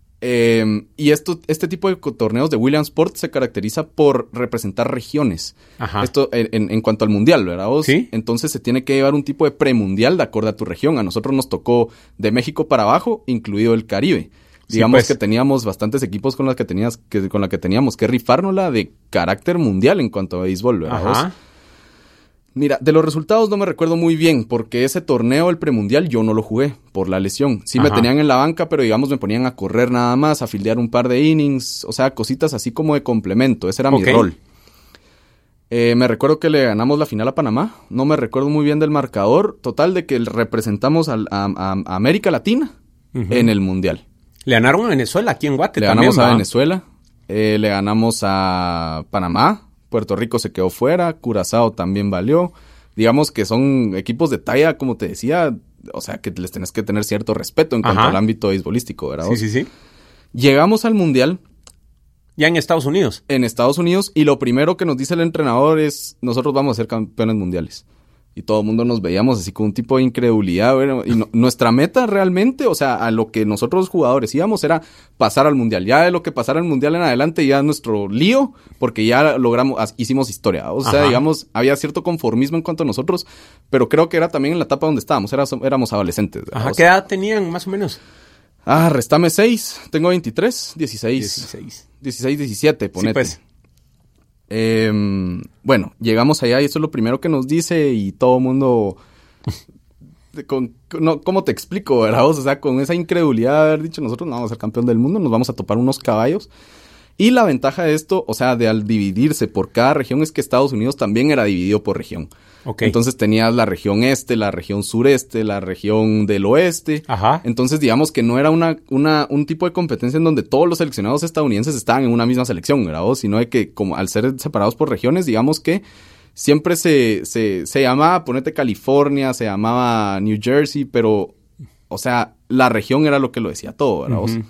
Eh, y esto, este tipo de torneos de Williamsport se caracteriza por representar regiones. Ajá. Esto en, en, en cuanto al mundial, ¿verdad vos? ¿Sí? Entonces se tiene que llevar un tipo de premundial de acuerdo a tu región. A nosotros nos tocó de México para abajo, incluido el Caribe. Digamos sí, pues. que teníamos bastantes equipos con los que tenías que con la que teníamos que rifárnosla de carácter mundial en cuanto a béisbol, ¿verdad? Ajá. Mira, de los resultados no me recuerdo muy bien, porque ese torneo, el premundial, yo no lo jugué por la lesión. Sí Ajá. me tenían en la banca, pero digamos me ponían a correr nada más, a fildear un par de innings, o sea, cositas así como de complemento. Ese era okay. mi rol. Eh, me recuerdo que le ganamos la final a Panamá. No me recuerdo muy bien del marcador. Total de que representamos a, a, a América Latina uh-huh. en el mundial. Le ganaron a Venezuela aquí en Guate le también, ganamos a ¿va? Venezuela, eh, le ganamos a Panamá, Puerto Rico se quedó fuera, Curazao también valió. Digamos que son equipos de talla, como te decía, o sea, que les tenés que tener cierto respeto en cuanto Ajá. al ámbito beisbolístico, ¿verdad? Sí, sí, sí. Llegamos al Mundial. ¿Ya en Estados Unidos? En Estados Unidos, y lo primero que nos dice el entrenador es, nosotros vamos a ser campeones mundiales. Y todo el mundo nos veíamos así con un tipo de incredulidad. Bueno, y no, nuestra meta realmente, o sea, a lo que nosotros los jugadores íbamos era pasar al mundial. Ya de lo que pasara al mundial en adelante ya nuestro lío, porque ya logramos, hicimos historia. O sea, Ajá. digamos, había cierto conformismo en cuanto a nosotros, pero creo que era también en la etapa donde estábamos, era, éramos adolescentes. Ajá, o ¿qué edad tenían más o menos? Ah, restame seis, tengo veintitrés, dieciséis. dieciséis. dieciséis, diecisiete, ponete. Sí, pues. Eh, bueno, llegamos allá y eso es lo primero que nos dice y todo el mundo... Con, no, ¿cómo te explico, verdad? O sea, con esa incredulidad de haber dicho nosotros no vamos a ser campeón del mundo, nos vamos a topar unos caballos. Y la ventaja de esto, o sea, de al dividirse por cada región es que Estados Unidos también era dividido por región. Okay. Entonces tenías la región este, la región sureste, la región del oeste. Ajá. Entonces digamos que no era una, una, un tipo de competencia en donde todos los seleccionados estadounidenses estaban en una misma selección, ¿verdad? Sino de que como al ser separados por regiones, digamos que siempre se, se, se llamaba, ponete California, se llamaba New Jersey, pero, o sea, la región era lo que lo decía todo, ¿verdad? Uh-huh.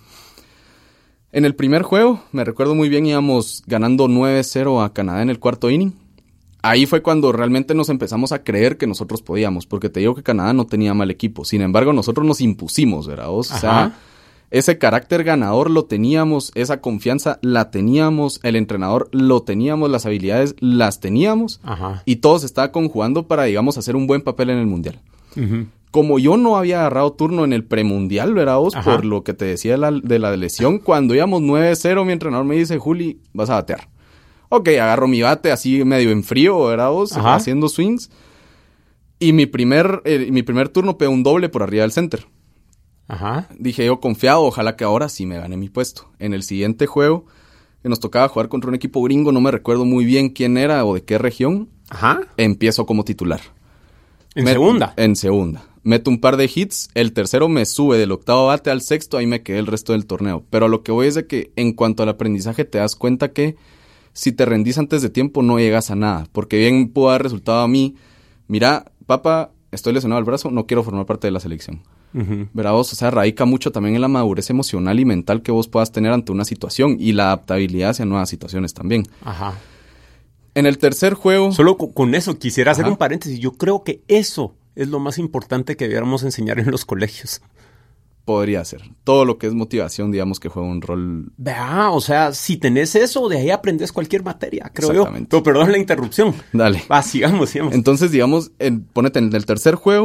En el primer juego, me recuerdo muy bien, íbamos ganando nueve cero a Canadá en el cuarto inning. Ahí fue cuando realmente nos empezamos a creer que nosotros podíamos, porque te digo que Canadá no tenía mal equipo. Sin embargo, nosotros nos impusimos, ¿verdad? O sea, Ajá. ese carácter ganador lo teníamos, esa confianza la teníamos, el entrenador lo teníamos, las habilidades las teníamos. Ajá. Y todo se estaba conjugando para, digamos, hacer un buen papel en el Mundial. Uh-huh. Como yo no había agarrado turno en el premundial, ¿verdad vos? Ajá. Por lo que te decía de la, de la lesión, cuando íbamos nueve cero, mi entrenador me dice, Juli, vas a batear. Ok, agarro mi bate así medio en frío, ¿verdad vos? Ajá. Haciendo swings. Y mi primer, eh, mi primer turno pegó un doble por arriba del center. Ajá. Dije yo, confiado, ojalá que ahora sí me gane mi puesto. En el siguiente juego, que nos tocaba jugar contra un equipo gringo, no me recuerdo muy bien quién era o de qué región. Ajá. Empiezo como titular. ¿En Met- segunda? En segunda. Meto un par de hits, el tercero me sube del octavo bate al sexto, ahí me quedé el resto del torneo. Pero a lo que voy es de que en cuanto al aprendizaje te das cuenta que si te rendís antes de tiempo no llegas a nada. Porque bien pudo haber resultado a mí, mira, papá, estoy lesionado al brazo, no quiero formar parte de la selección. Uh-huh. ¿Verdad vos? O sea, radica mucho también en la madurez emocional y mental que vos puedas tener ante una situación y la adaptabilidad hacia nuevas situaciones también. Ajá. En el tercer juego... Solo con, con eso quisiera hacer Ajá. un paréntesis. Yo creo que eso es lo más importante que debiéramos enseñar en los colegios. Podría ser. Todo lo que es motivación, digamos que juega un rol... Vea, o sea, si tenés eso, de ahí aprendes cualquier materia, creo yo. Pero perdón la interrupción. Dale. Va, sigamos, sigamos. Entonces, digamos, en, ponete en el tercer juego,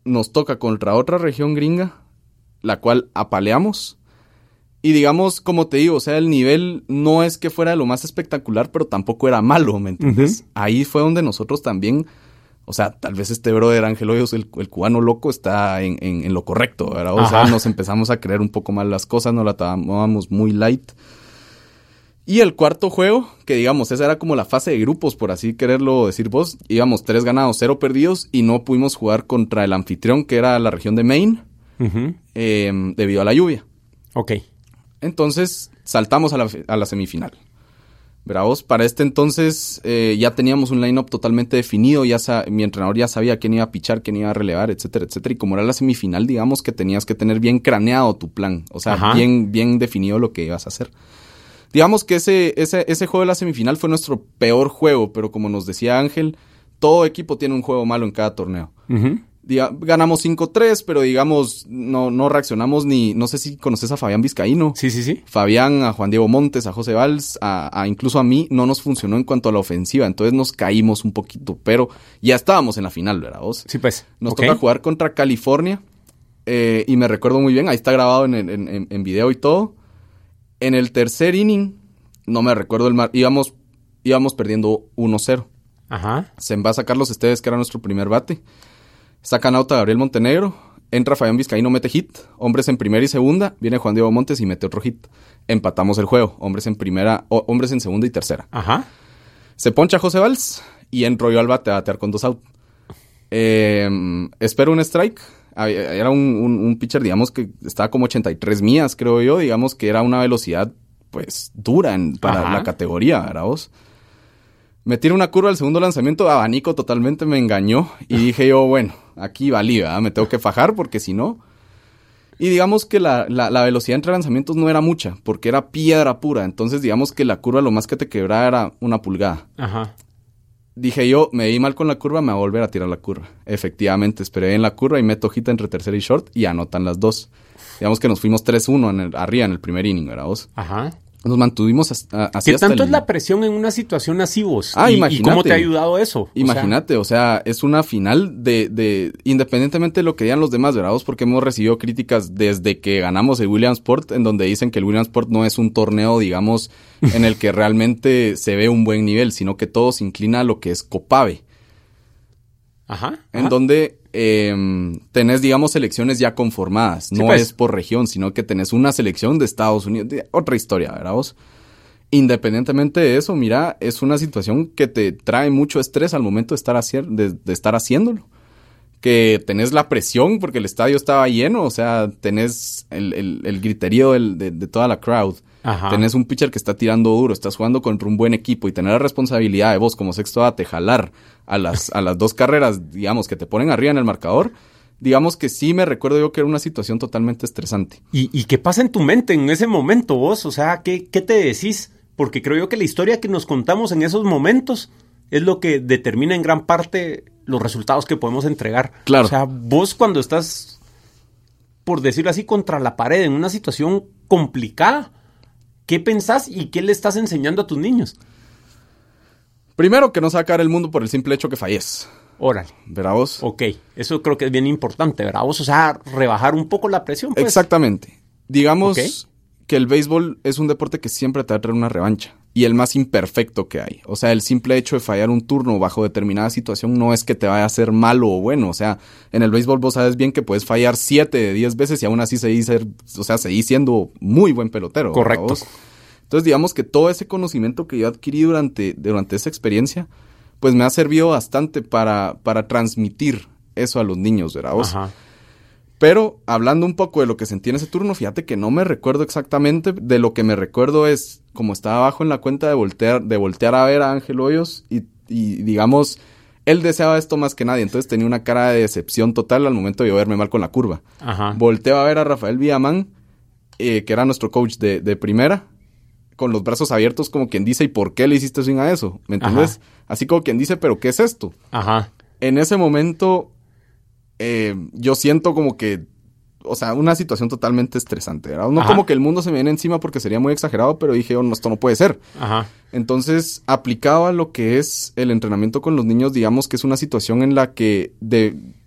nos toca contra otra región gringa, la cual apaleamos. Y digamos, como te digo, o sea, el nivel no es que fuera lo más espectacular, pero tampoco era malo, ¿me entiendes? Uh-huh. Ahí fue donde nosotros también, o sea, tal vez este brother Ángel Hoyos, el, el cubano loco, está en, en, en lo correcto, ¿verdad? O Ajá. sea, nos empezamos a creer un poco mal las cosas, nos la tomábamos muy light. Y el cuarto juego, que digamos, esa era como la fase de grupos, por así quererlo decir vos, íbamos tres ganados, cero perdidos, y no pudimos jugar contra el anfitrión, que era la región de Maine, uh-huh. eh, debido a la lluvia. Ok. Entonces, saltamos a la, a la semifinal. Bravos, para este entonces eh, ya teníamos un line-up totalmente definido, ya sa- mi entrenador ya sabía quién iba a pichar, quién iba a relevar, etcétera, etcétera. Y como era la semifinal, digamos que tenías que tener bien craneado tu plan, o sea, bien, bien definido lo que ibas a hacer. Digamos que ese, ese, ese juego de la semifinal fue nuestro peor juego, pero como nos decía Ángel, todo equipo tiene un juego malo en cada torneo. Uh-huh. Diga, ganamos cinco tres, pero digamos, no, no reaccionamos ni... No sé si conoces a Fabián Vizcaíno. Sí, sí, sí. Fabián, a Juan Diego Montes, a José Valls, a, a incluso a mí, no nos funcionó en cuanto a la ofensiva. Entonces nos caímos un poquito, pero ya estábamos en la final, ¿verdad vos? Sí, pues. Nos okay. toca jugar contra California, eh, y me recuerdo muy bien, ahí está grabado en, en, en, en video y todo. En el tercer inning, no me recuerdo el mar, íbamos, íbamos perdiendo uno cero. Ajá. Se envasa Carlos Esteves, que era nuestro primer bate. Sacan out a Gabriel Montenegro, entra Fabián Vizcaíno, mete hit, hombres en primera y segunda, viene Juan Diego Montes y mete otro hit. Empatamos el juego, hombres en primera, o, hombres en segunda y tercera. Ajá. Se poncha José Valls y entro yo al bate a batear con dos out. Eh, espero un strike, era un, un, un pitcher, digamos, que estaba como ochenta y tres millas, creo yo, digamos que era una velocidad, pues, dura en, para Ajá. la categoría, ¿verdad vos? Me tiro una curva al segundo lanzamiento, abanico totalmente, me engañó. Y dije yo, bueno, aquí valí, ¿verdad? Me tengo que fajar porque si no... Y digamos que la, la, la velocidad entre lanzamientos no era mucha, porque era piedra pura. Entonces digamos que la curva lo más que te quebraba era una pulgada. Ajá. Dije yo, me di mal con la curva, me voy a volver a tirar la curva. Efectivamente, esperé en la curva y meto hit entre tercera y short y anotan las dos. Digamos que nos fuimos tres uno en el, arriba en el primer inning, ¿verdad vos? Ajá. Nos mantuvimos hasta, así ¿Qué hasta tanto el... es la presión en una situación así vos? Ah, ¿Y, imagínate. ¿Y cómo te ha ayudado eso? Imagínate, o sea, o sea es una final de, de... Independientemente de lo que digan los demás, ¿verdad? Porque hemos recibido críticas desde que ganamos el Williamsport, en donde dicen que el Williamsport no es un torneo, digamos, en el que realmente se ve un buen nivel, sino que todo se inclina a lo que es Copave. Ajá. ajá. En donde eh, tenés, digamos, selecciones ya conformadas. Sí, no pues. es por región, sino que tenés una selección de Estados Unidos. De otra historia, ¿verdad vos? Independientemente de eso, mira, es una situación que te trae mucho estrés al momento de estar, hacier- de, de estar haciéndolo. Que tenés la presión porque el estadio estaba lleno, o sea, tenés el, el, el griterío del, de, de toda la crowd. Ajá. Tenés un pitcher que está tirando duro, estás jugando contra un buen equipo y tener la responsabilidad de vos como sexto bate jalar a las, a las dos carreras, digamos, que te ponen arriba en el marcador, digamos que sí me recuerdo yo que era una situación totalmente estresante. ¿Y, y qué pasa en tu mente en ese momento vos? O sea, ¿qué, qué te decís? Porque creo yo que la historia que nos contamos en esos momentos es lo que determina en gran parte los resultados que podemos entregar. Claro. O sea, vos cuando estás, por decirlo así, contra la pared en una situación complicada, ¿qué pensás y qué le estás enseñando a tus niños? Primero, que no se va a acabar el mundo por el simple hecho que falles. Órale. ¿Verdad vos? Ok, eso creo que es bien importante, ¿verdad vos? O sea, rebajar un poco la presión, pues. Exactamente. Digamos okay. que el béisbol es un deporte que siempre te va a traer una revancha. Y el más imperfecto que hay. O sea, el simple hecho de fallar un turno bajo determinada situación no es que te vaya a hacer malo o bueno. O sea, en el béisbol vos sabes bien que puedes fallar siete de diez veces y aún así seguís, ser, o sea, seguís siendo muy buen pelotero. Correcto. ¿Vos? Entonces, digamos que todo ese conocimiento que yo adquirí durante, durante esa experiencia, pues me ha servido bastante para, para transmitir eso a los niños, ¿verdad vos? Ajá. Pero hablando un poco de lo que sentí en ese turno, fíjate que no me recuerdo exactamente. De lo que me recuerdo es, como estaba abajo en la cuenta de voltear, de voltear a ver a Ángel Hoyos y, y digamos, él deseaba esto más que nadie. Entonces tenía una cara de decepción total al momento de yo verme mal con la curva. Ajá. Volteo a ver a Rafael Villamán, eh, que era nuestro coach de, de primera, con los brazos abiertos como quien dice, ¿y por qué le hiciste swing a eso? ¿Me entiendes? Ajá. Así como quien dice, ¿pero qué es esto? Ajá. En ese momento... Eh, yo siento como que, o sea, una situación totalmente estresante, ¿verdad? No Ajá. como que el mundo se me viene encima porque sería muy exagerado, pero dije, oh, no, esto no puede ser. Ajá. Entonces, aplicado a lo que es el entrenamiento con los niños, digamos que es una situación en la que de,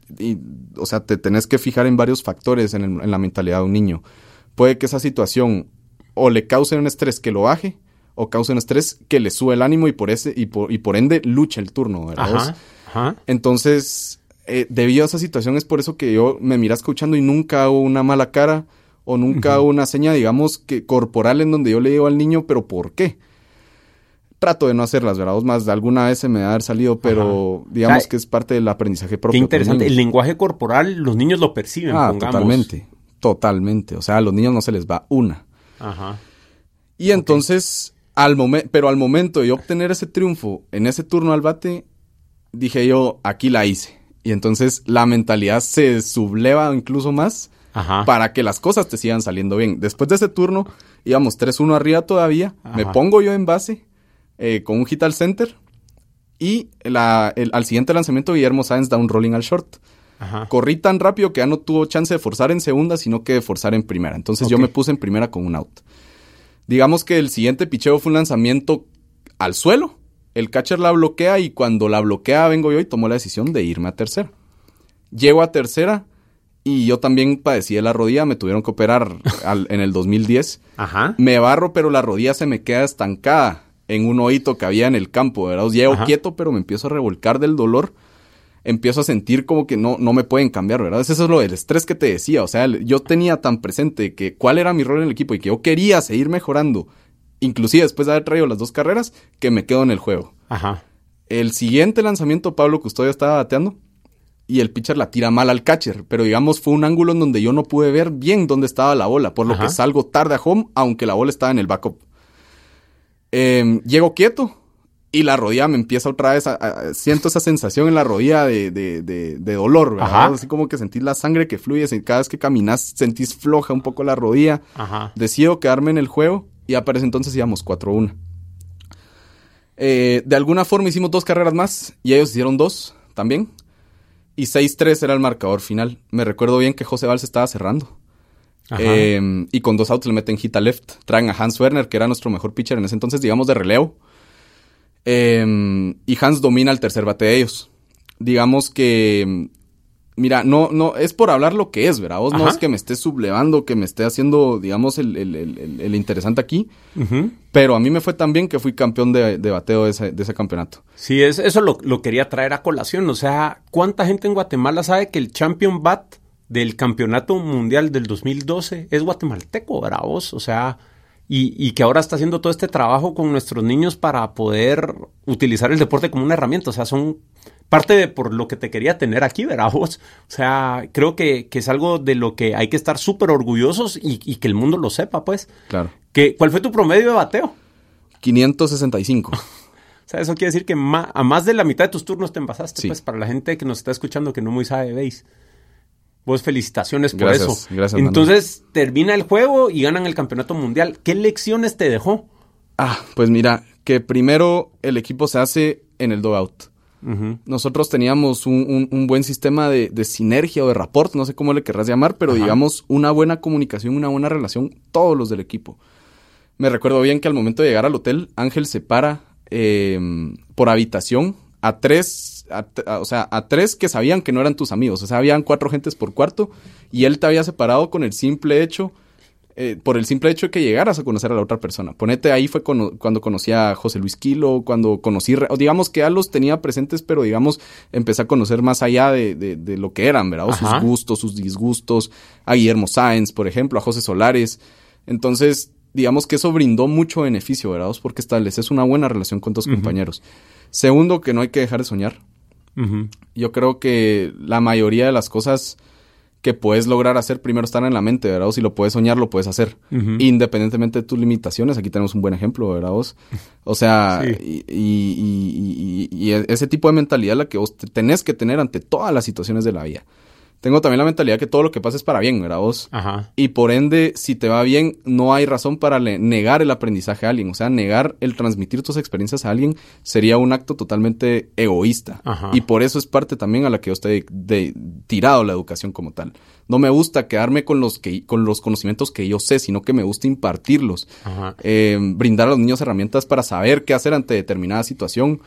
y, o sea, te tenés que fijar en varios factores en, el, en la mentalidad de un niño. Puede que esa situación o le cause un estrés que lo baje, o cause un estrés que le sube el ánimo y por ese y por, y por ende luche el turno, ¿verdad? Ajá, ajá. Entonces, eh, debido a esa situación es por eso que yo me miras coachando y nunca hago una mala cara o nunca uh-huh. hago una seña, digamos, que corporal en donde yo le digo al niño, ¿pero por qué? Trato de no hacerlas, ¿verdad? Más de alguna vez se me va a haber salido, pero ajá. digamos o sea, que es parte del aprendizaje propio. Qué interesante. El lenguaje corporal, los niños lo perciben, ah, pongamos. totalmente, totalmente. O sea, a los niños no se les va una. Ajá. Y entonces... Okay. Al momen- pero al momento de obtener ese triunfo en ese turno al bate, dije yo, aquí la hice. Y entonces la mentalidad se subleva incluso más Ajá. para que las cosas te sigan saliendo bien. Después de ese turno, íbamos tres uno arriba todavía. Ajá. Me pongo yo en base eh, con un hit al center. Y la, el, al siguiente lanzamiento, Guillermo Sáenz da un rolling al short. Ajá. Corrí tan rápido que ya no tuvo chance de forzar en segunda, sino que de forzar en primera. Entonces okay. yo me puse en primera con un out. Digamos que el siguiente picheo fue un lanzamiento al suelo. El catcher la bloquea y cuando la bloquea vengo yo y tomo la decisión de irme a tercera. Llego a tercera y yo también padecí de la rodilla. Me tuvieron que operar al, en el dos mil diez. Ajá. Me barro, pero la rodilla se me queda estancada en un hoyito que había en el campo, ¿verdad? Llego Ajá. quieto, pero me empiezo a revolcar del dolor. Empiezo a sentir como que no, no me pueden cambiar, ¿verdad? Eso es lo del estrés que te decía. O sea, yo tenía tan presente que cuál era mi rol en el equipo y que yo quería seguir mejorando, inclusive después de haber traído las dos carreras, que me quedo en el juego. Ajá. El siguiente lanzamiento, Pablo Custodio estaba bateando y el pitcher la tira mal al catcher. Pero digamos, fue un ángulo en donde yo no pude ver bien dónde estaba la bola, por lo Ajá. que salgo tarde a home, aunque la bola estaba en el backup. Eh, llego quieto. Y la rodilla me empieza otra vez a, a, siento esa sensación en la rodilla de, de, de, de dolor, ¿verdad? Ajá. Así como que sentís la sangre que fluye, cada vez que caminas sentís floja un poco la rodilla. Ajá. Decido quedarme en el juego y aparece entonces íbamos cuatro uno. Eh, de alguna forma hicimos dos carreras más y ellos hicieron dos también. Y seis tres era el marcador final. Me recuerdo bien que José Valls estaba cerrando. Eh, y con dos outs le meten hit a left. Traen a Hans Werner, que era nuestro mejor pitcher en ese entonces, digamos de relevo. Eh, y Hans domina el tercer bate de ellos. Digamos que, mira, no, no, es por hablar lo que es, ¿verdad? Vos Ajá. no es que me esté sublevando, que me esté haciendo, digamos, el, el, el, el interesante aquí. Uh-huh. Pero a mí me fue tan bien que fui campeón de, de bateo de ese, de ese campeonato. Sí, es, eso lo, lo quería traer a colación. O sea, ¿cuánta gente en Guatemala sabe que el champion bat del campeonato mundial del dos mil doce es guatemalteco, ¿verdad? Vos, o sea... Y, y que ahora está haciendo todo este trabajo con nuestros niños para poder utilizar el deporte como una herramienta. O sea, son parte de por lo que te quería tener aquí, ¿verdad vos? O sea, creo que, que es algo de lo que hay que estar súper orgullosos y, y que el mundo lo sepa, pues. Claro. Que, ¿cuál fue tu promedio de bateo? quinientos sesenta y cinco. O sea, eso quiere decir que ma- a más de la mitad de tus turnos te envasaste, sí. pues, para la gente que nos está escuchando que no muy sabe de base. Vos felicitaciones por gracias, eso. Gracias, Entonces, Manu. Termina el juego y ganan el campeonato mundial. ¿Qué lecciones te dejó? Ah, pues mira, que primero el equipo se hace en el dugout. Uh-huh. Nosotros teníamos un, un, un buen sistema de, de sinergia o de rapport, no sé cómo le querrás llamar, pero Ajá. digamos una buena comunicación, una buena relación, todos los del equipo. Me recuerdo bien que al momento de llegar al hotel, Ángel se para eh, por habitación a tres... A, a, o sea, a tres que sabían que no eran tus amigos. O sea, habían cuatro gentes por cuarto y él te había separado con el simple hecho, eh, por el simple hecho de que llegaras a conocer a la otra persona. Ponete, ahí fue con, cuando conocí a José Luis Quilo, cuando conocí, o digamos que ya los tenía presentes, pero digamos, empecé a conocer más allá de, de, de lo que eran, ¿verdad? O sus gustos, sus disgustos, a Guillermo Sáenz, por ejemplo, a José Solares. Entonces, digamos que eso brindó mucho beneficio, ¿verdad? Porque estableces una buena relación con tus uh-huh. compañeros. Segundo, que no hay que dejar de soñar. Uh-huh. Yo creo que la mayoría de las cosas que puedes lograr hacer primero están en la mente, ¿verdad? O si lo puedes soñar, lo puedes hacer. Uh-huh. Independientemente de tus limitaciones, aquí tenemos un buen ejemplo, ¿verdad vos? O sea, sí. y, y, y, y, y ese tipo de mentalidad es la que vos tenés que tener ante todas las situaciones de la vida. Tengo también la mentalidad que todo lo que pasa es para bien, ¿verdad vos? Ajá. Y por ende, si te va bien, no hay razón para le- negar el aprendizaje a alguien. O sea, negar el transmitir tus experiencias a alguien sería un acto totalmente egoísta. Ajá. Y por eso es parte también a la que yo estoy de, de, tirado la educación como tal. No me gusta quedarme con los, que, con los conocimientos que yo sé, sino que me gusta impartirlos. Eh, brindar a los niños herramientas para saber qué hacer ante determinada situación.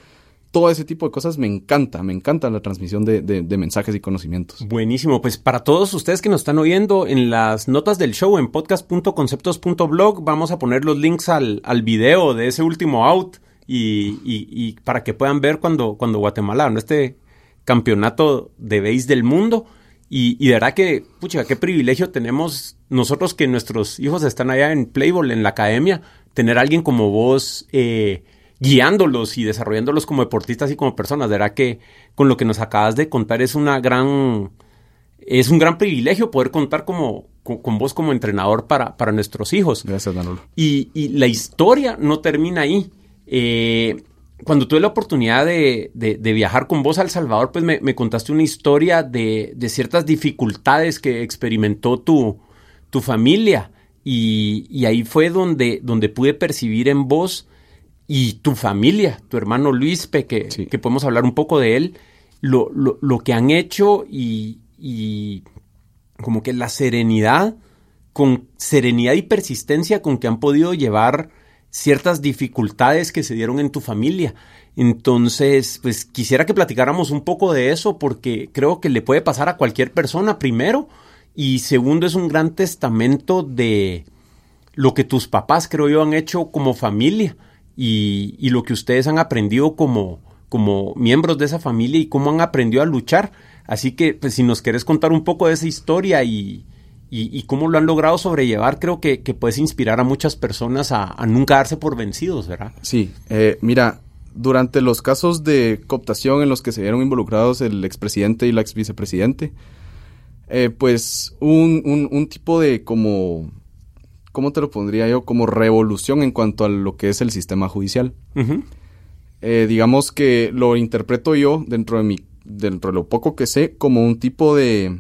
todo ese tipo de cosas me encanta, me encanta la transmisión de, de, de mensajes y conocimientos. Buenísimo, pues para todos ustedes que nos están oyendo, en las notas del show en podcast punto conceptos punto blog vamos a poner los links al, al video de ese último out y, y, y para que puedan ver cuando, cuando Guatemala ganó este campeonato de béis del mundo. Y, y de verdad que, pucha, qué privilegio tenemos nosotros que nuestros hijos están allá en Playboy, en la academia, tener a alguien como vos eh, guiándolos y desarrollándolos como deportistas y como personas. De verdad que con lo que nos acabas de contar es una gran, es un gran privilegio poder contar como, con, con vos como entrenador para, para nuestros hijos. Gracias, Manolo. Y, y la historia no termina ahí. Eh, cuando tuve la oportunidad de, de, de viajar con vos a El Salvador, pues me, me contaste una historia de, de ciertas dificultades que experimentó tu, tu familia. Y, y ahí fue donde, donde pude percibir en vos y tu familia, tu hermano Luispe, que, sí. que podemos hablar un poco de él, lo, lo, lo que han hecho y, y como que la serenidad, con serenidad y persistencia con que han podido llevar ciertas dificultades que se dieron en tu familia. Entonces, pues quisiera que platicáramos un poco de eso porque creo que le puede pasar a cualquier persona, primero, y segundo, es un gran testamento de lo que tus papás, creo yo, han hecho como familia y, y lo que ustedes han aprendido como, como miembros de esa familia y cómo han aprendido a luchar. Así que, pues, si nos querés contar un poco de esa historia y, y, y cómo lo han logrado sobrellevar, creo que, que puedes inspirar a muchas personas a, a nunca darse por vencidos, ¿verdad? Sí, eh, mira, durante los casos de cooptación en los que se vieron involucrados el expresidente y la exvicepresidente, eh, pues un, un, un tipo de como, ¿cómo te lo pondría yo? Como revolución en cuanto a lo que es el sistema judicial. Uh-huh. Eh, digamos que lo interpreto yo dentro de mi, dentro de lo poco que sé, como un tipo de,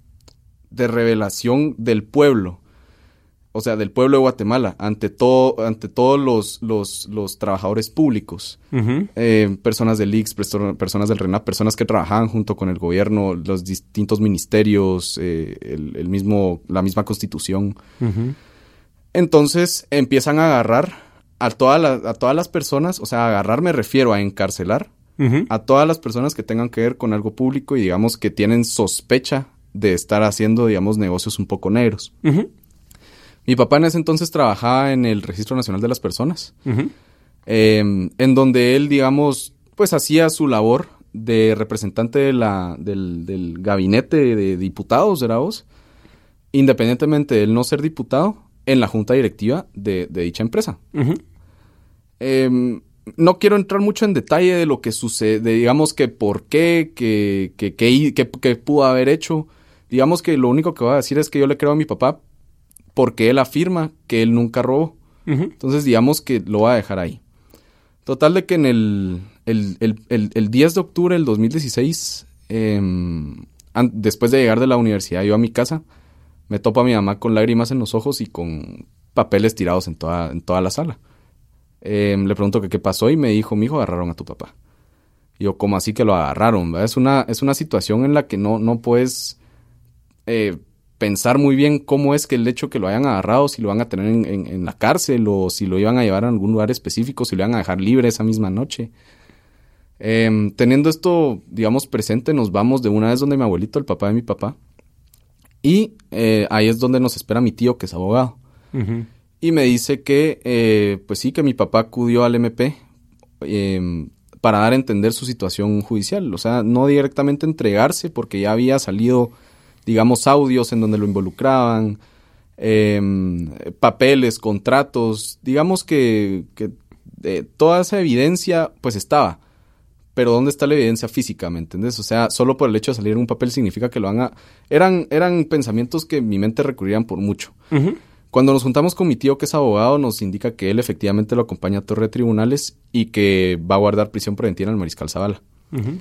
de revelación del pueblo. O sea, del pueblo de Guatemala, ante todo, ante todos los, los, los trabajadores públicos, uh-huh. eh, personas del I X, personas del RENAP, personas que trabajaban junto con el gobierno, los distintos ministerios, eh, el, el mismo, la misma constitución. Uh-huh. Entonces empiezan a agarrar a, toda la, a todas las personas, o sea, a agarrar me refiero a encarcelar uh-huh. a todas las personas que tengan que ver con algo público y digamos que tienen sospecha de estar haciendo, digamos, negocios un poco negros. Uh-huh. Mi papá en ese entonces trabajaba en el Registro Nacional de las Personas, uh-huh. eh, en donde él, digamos, pues hacía su labor de representante de la, del, del gabinete de diputados, ¿verdad vos? Independientemente de él no ser diputado, en la junta directiva de, de dicha empresa. Uh-huh. Eh, no quiero entrar mucho en detalle de lo que sucede, de, digamos que por qué, que, que, que, que, que pudo haber hecho. Digamos que lo único que voy a decir es que yo le creo a mi papá porque él afirma que él nunca robó. Uh-huh. Entonces, digamos que lo va a dejar ahí. Total de que en el, el, el, el, el diez de octubre del dos mil dieciséis, eh, an, después de llegar de la universidad, yo a mi casa, me topo a mi mamá con lágrimas en los ojos y con papeles tirados en toda, en toda la sala. Eh, le pregunto que qué pasó y me dijo, mijo, agarraron a tu papá. Y yo, ¿cómo así que lo agarraron? ¿Verdad? Es una, es una situación en la que no, no puedes... Eh, pensar muy bien cómo es que el hecho que lo hayan agarrado, si lo van a tener en, en, en la cárcel o si lo iban a llevar a algún lugar específico, si lo iban a dejar libre esa misma noche. Eh, teniendo esto, digamos, presente, nos vamos de una vez donde mi abuelito, el papá de mi papá, y eh, ahí es donde nos espera mi tío, que es abogado. Uh-huh. Y me dice que, eh, pues sí, que mi papá acudió al M P eh, para dar a entender su situación judicial. O sea, no directamente entregarse porque ya había salido... digamos, audios en donde lo involucraban, eh, papeles, contratos, digamos que, que eh, toda esa evidencia, pues estaba. Pero ¿dónde está la evidencia física, me entendés? O sea, solo por el hecho de salir en un papel significa que lo van a... Eran, eran pensamientos que en mi mente recurrían por mucho. Uh-huh. Cuando nos juntamos con mi tío, que es abogado, nos indica que él efectivamente lo acompaña a torre de tribunales y que va a guardar prisión preventiva en el Mariscal Zavala. Uh-huh.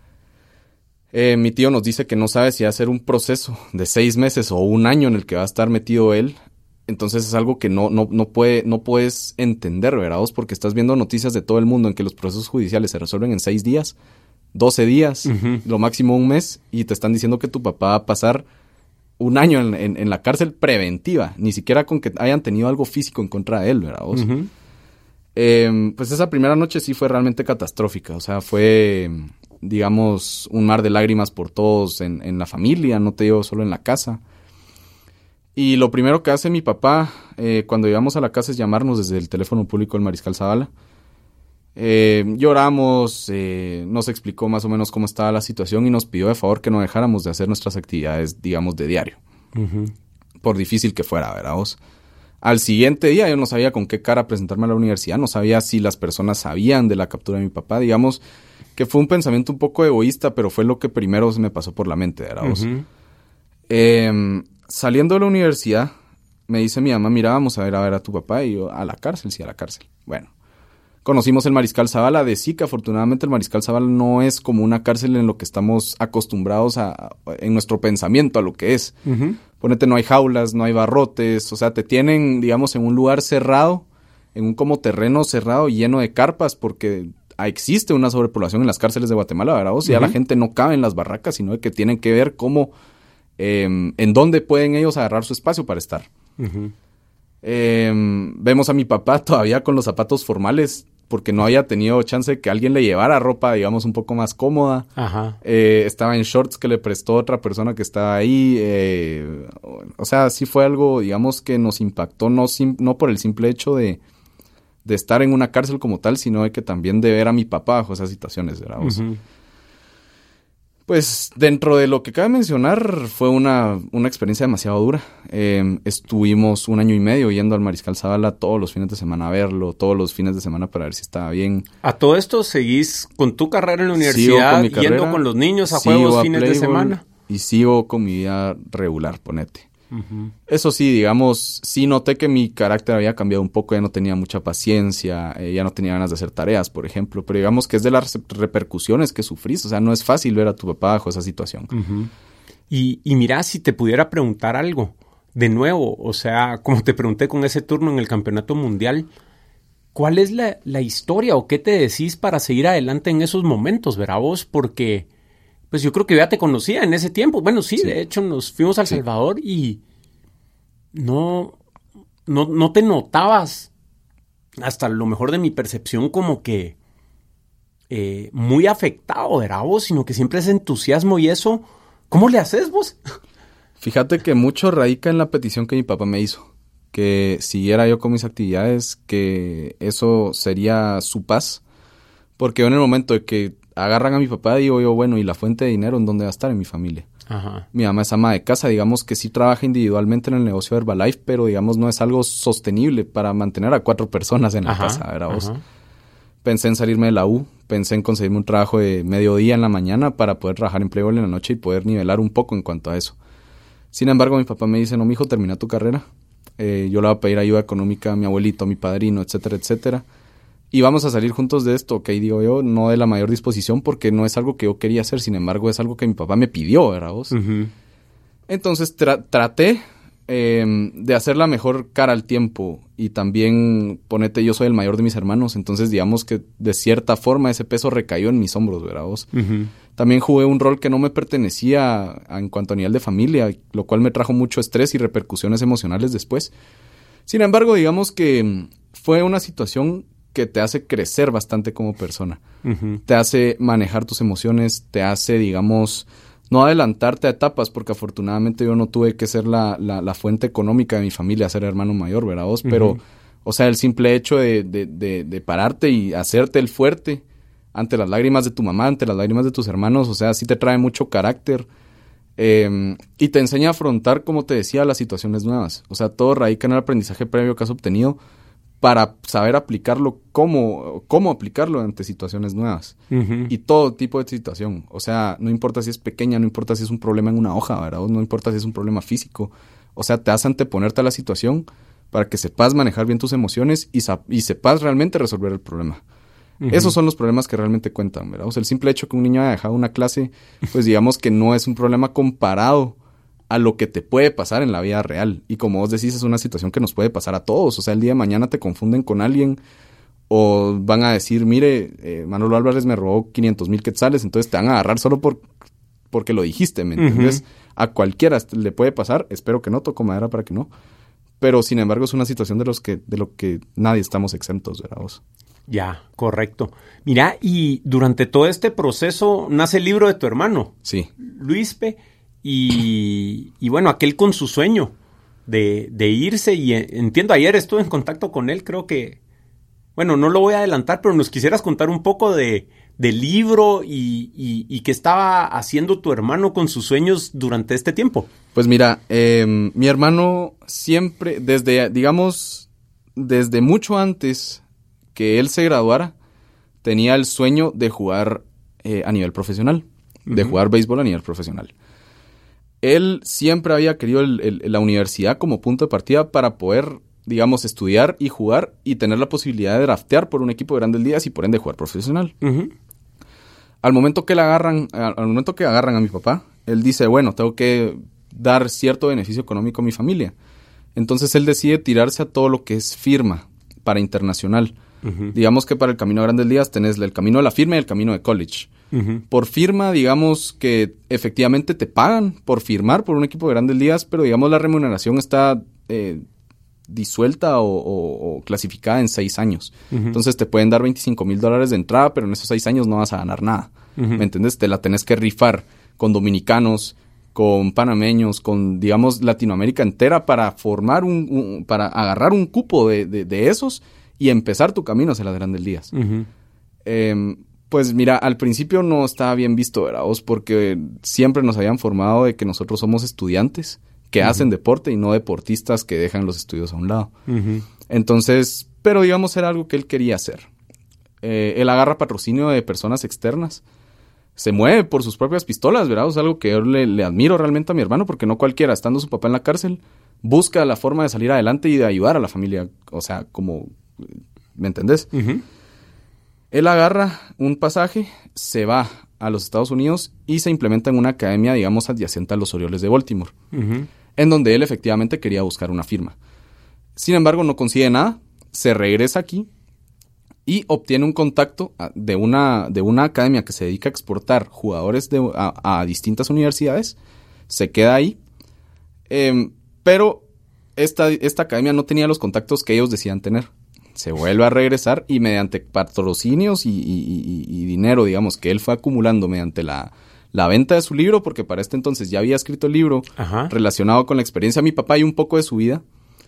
Eh, mi tío nos dice que no sabe si va a ser un proceso de seis meses o un año en el que va a estar metido él. Entonces es algo que no, no, no, puede, no puedes entender, ¿verdad? Porque estás viendo noticias de todo el mundo en que los procesos judiciales se resuelven en seis días, doce días, uh-huh. lo máximo un mes, y te están diciendo que tu papá va a pasar un año en, en, en la cárcel preventiva, ni siquiera con que hayan tenido algo físico en contra de él, ¿verdad? Uh-huh. Eh, pues esa primera noche sí fue realmente catastrófica. O sea, fue, digamos, un mar de lágrimas por todos en, en la familia, no te digo solo en la casa. Y lo primero que hace mi papá eh, cuando llegamos a la casa es llamarnos desde el teléfono público del Mariscal Zavala. Eh, lloramos, eh, nos explicó más o menos cómo estaba la situación y nos pidió de favor que no dejáramos de hacer nuestras actividades, digamos, de diario. Uh-huh. Por difícil que fuera, ¿verdad vos? Al siguiente día yo no sabía con qué cara presentarme a la universidad, no sabía si las personas sabían de la captura de mi papá, digamos que fue un pensamiento un poco egoísta, pero fue lo que primero se me pasó por la mente, ¿verdad vos? Uh-huh. Eh, saliendo de la universidad, me dice mi mamá, mira, vamos a ver a ver a tu papá, y yo, a la cárcel, sí, a la cárcel. Bueno, conocimos el Mariscal Zavala de S I C, afortunadamente el Mariscal Zavala no es como una cárcel en lo que estamos acostumbrados a, en nuestro pensamiento a lo que es. Uh-huh. Ponete, no hay jaulas, no hay barrotes, o sea, te tienen, digamos, en un lugar cerrado, en un como terreno cerrado lleno de carpas, porque existe una sobrepoblación en las cárceles de Guatemala, ¿verdad? O sea, uh-huh. La gente no cabe en las barracas, sino que tienen que ver cómo, eh, en dónde pueden ellos agarrar su espacio para estar. Uh-huh. Eh, vemos a mi papá todavía con los zapatos formales, porque no había tenido chance de que alguien le llevara ropa, digamos, un poco más cómoda. Ajá. Eh, estaba en shorts que le prestó otra persona que estaba ahí. Eh, o sea, sí fue algo, digamos, que nos impactó, no, sim- no por el simple hecho de, de estar en una cárcel como tal, sino de que también de ver a mi papá bajo esas situaciones, ¿verdad? Uh-huh. Pues dentro de lo que cabe mencionar fue una, una experiencia demasiado dura. Eh, estuvimos un año y medio yendo al Mariscal Zavala todos los fines de semana a verlo, todos los fines de semana para ver si estaba bien. ¿A todo esto seguís con tu carrera en la universidad, con carrera, yendo con los niños a juegos fines de semana? Y sigo con mi vida regular, ponete. Uh-huh. Eso sí, digamos, sí noté que mi carácter había cambiado un poco, ya no tenía mucha paciencia, eh, ya no tenía ganas de hacer tareas, por ejemplo, pero digamos que es de las repercusiones que sufrís, o sea, no es fácil ver a tu papá bajo esa situación. Uh-huh. Y, y mira, si te pudiera preguntar algo, de nuevo, o sea, como te pregunté con ese turno en el Campeonato Mundial, ¿cuál es la, la historia o qué te decís para seguir adelante en esos momentos, verdad vos? Porque pues yo creo que ya te conocía en ese tiempo. Bueno, sí, sí. De hecho nos fuimos a El sí. Salvador y no, no, no te notabas, hasta lo mejor de mi percepción, como que eh, muy afectado, ¿verdad vos? Sino que siempre es entusiasmo y eso. ¿Cómo le haces vos? Fíjate que mucho radica en la petición que mi papá me hizo. Que siguiera yo con mis actividades, que eso sería su paz. Porque yo en el momento de que agarran a mi papá, digo yo, bueno, ¿y la fuente de dinero en dónde va a estar en mi familia? Ajá. Mi mamá es ama de casa, digamos que sí trabaja individualmente en el negocio de Herbalife, pero digamos no es algo sostenible para mantener a cuatro personas en la ajá, casa, ¿verdad vos? Pensé en salirme de la U, pensé en conseguirme un trabajo de mediodía en la mañana para poder trabajar en Playboy en la noche y poder nivelar un poco en cuanto a eso. Sin embargo, mi papá me dice, no, mijo, termina tu carrera. Eh, yo le voy a pedir ayuda económica a mi abuelito, a mi padrino, etcétera, etcétera. Y vamos a salir juntos de esto, ok, digo yo, no de la mayor disposición porque no es algo que yo quería hacer, sin embargo es algo que mi papá me pidió, ¿verdad vos? Uh-huh. Entonces tra- traté eh, de hacer la mejor cara al tiempo y también, ponete, yo soy el mayor de mis hermanos, entonces digamos que de cierta forma ese peso recayó en mis hombros, ¿verdad vos? Uh-huh. También jugué un rol que no me pertenecía a, en cuanto a nivel de familia, lo cual me trajo mucho estrés y repercusiones emocionales después. Sin embargo, digamos que fue una situación que te hace crecer bastante como persona. Uh-huh. Te hace manejar tus emociones, te hace, digamos, no adelantarte a etapas, porque afortunadamente yo no tuve que ser la, la, la fuente económica de mi familia, ser hermano mayor, ¿verdad vos? Uh-huh. Pero, o sea, el simple hecho de, de, de, de pararte y hacerte el fuerte ante las lágrimas de tu mamá, ante las lágrimas de tus hermanos, o sea, sí te trae mucho carácter eh, y te enseña a afrontar, como te decía, las situaciones nuevas. O sea, todo radica en el aprendizaje previo que has obtenido para saber aplicarlo, cómo, cómo aplicarlo ante situaciones nuevas. Uh-huh. Y todo tipo de situación. O sea, no importa si es pequeña, no importa si es un problema en una hoja, ¿verdad? No importa si es un problema físico. O sea, te hace anteponerte a la situación para que sepas manejar bien tus emociones y, sa- y sepas realmente resolver el problema. Uh-huh. Esos son los problemas que realmente cuentan, ¿verdad? O sea, el simple hecho que un niño haya dejado una clase, pues digamos que no es un problema comparado a lo que te puede pasar en la vida real. Y como vos decís, es una situación que nos puede pasar a todos. O sea, el día de mañana te confunden con alguien o van a decir, mire, eh, Manolo Álvarez me robó quinientos mil quetzales, entonces te van a agarrar solo por porque lo dijiste, ¿me entiendes? Uh-huh. A cualquiera le puede pasar, espero que no, toco madera para que no. pero sin embargo es una situación de, los que, de lo que nadie estamos exentos, ¿verdad vos? Ya, correcto. Mira, y durante todo este proceso nace el libro de tu hermano. Sí. Luispe, y, y bueno, aquel con su sueño de, de irse, y entiendo, ayer estuve en contacto con él, creo que, bueno, no lo voy a adelantar, pero nos quisieras contar un poco de, del libro y, y, y qué estaba haciendo tu hermano con sus sueños durante este tiempo. Pues mira, eh, mi hermano siempre, desde, digamos, desde mucho antes que él se graduara, tenía el sueño de jugar eh, a nivel profesional, uh-huh. de jugar béisbol a nivel profesional. Él siempre había querido el, el, la universidad como punto de partida para poder, digamos, estudiar y jugar y tener la posibilidad de draftear por un equipo de Grandes Ligas y por ende jugar profesional. Uh-huh. Al momento que le agarran, al momento que agarran a mi papá, él dice, bueno, tengo que dar cierto beneficio económico a mi familia. Entonces él decide tirarse a todo lo que es firma para internacional. Uh-huh. Digamos que para el camino a Grandes Ligas tenés el camino de la firma y el camino de college. Uh-huh. Por firma, digamos que efectivamente te pagan por firmar por un equipo de Grandes Ligas, pero digamos la remuneración está eh, disuelta o, o, o clasificada en seis años. Uh-huh. Entonces te pueden dar veinticinco mil dólares de entrada, pero en esos seis años no vas a ganar nada. Uh-huh. ¿Me entiendes? Te la tenés que rifar con dominicanos, con panameños, con, digamos, Latinoamérica entera para formar un, un para agarrar un cupo de, de, de esos y empezar tu camino hacia las Grandes Ligas. Uh-huh. Eh, pues mira, al principio no estaba bien visto, ¿verdad vos? Porque siempre nos habían formado de que nosotros somos estudiantes que uh-huh. hacen deporte y no deportistas que dejan los estudios a un lado. Uh-huh. Entonces, pero digamos era algo que él quería hacer. Eh, él agarra patrocinio de personas externas. Se mueve por sus propias pistolas, ¿verdad? Es algo que yo le, le admiro realmente a mi hermano, porque no cualquiera, estando su papá en la cárcel, busca la forma de salir adelante y de ayudar a la familia. O sea, como... ¿Me entendés? Uh-huh. Él agarra un pasaje, se va a los Estados Unidos y se implementa en una academia, digamos, adyacente a los Orioles de Baltimore, uh-huh. en donde él efectivamente quería buscar una firma. Sin embargo, no consigue nada, se regresa aquí y obtiene un contacto de una, de una academia que se dedica a exportar jugadores de, a, a distintas universidades. Se queda ahí, eh, pero esta, esta academia no tenía los contactos que ellos decían tener. Se vuelve a regresar y mediante patrocinios y, y, y, y dinero, digamos, que él fue acumulando mediante la, la venta de su libro, porque para este entonces ya había escrito el libro Ajá. relacionado con la experiencia de mi papá y un poco de su vida,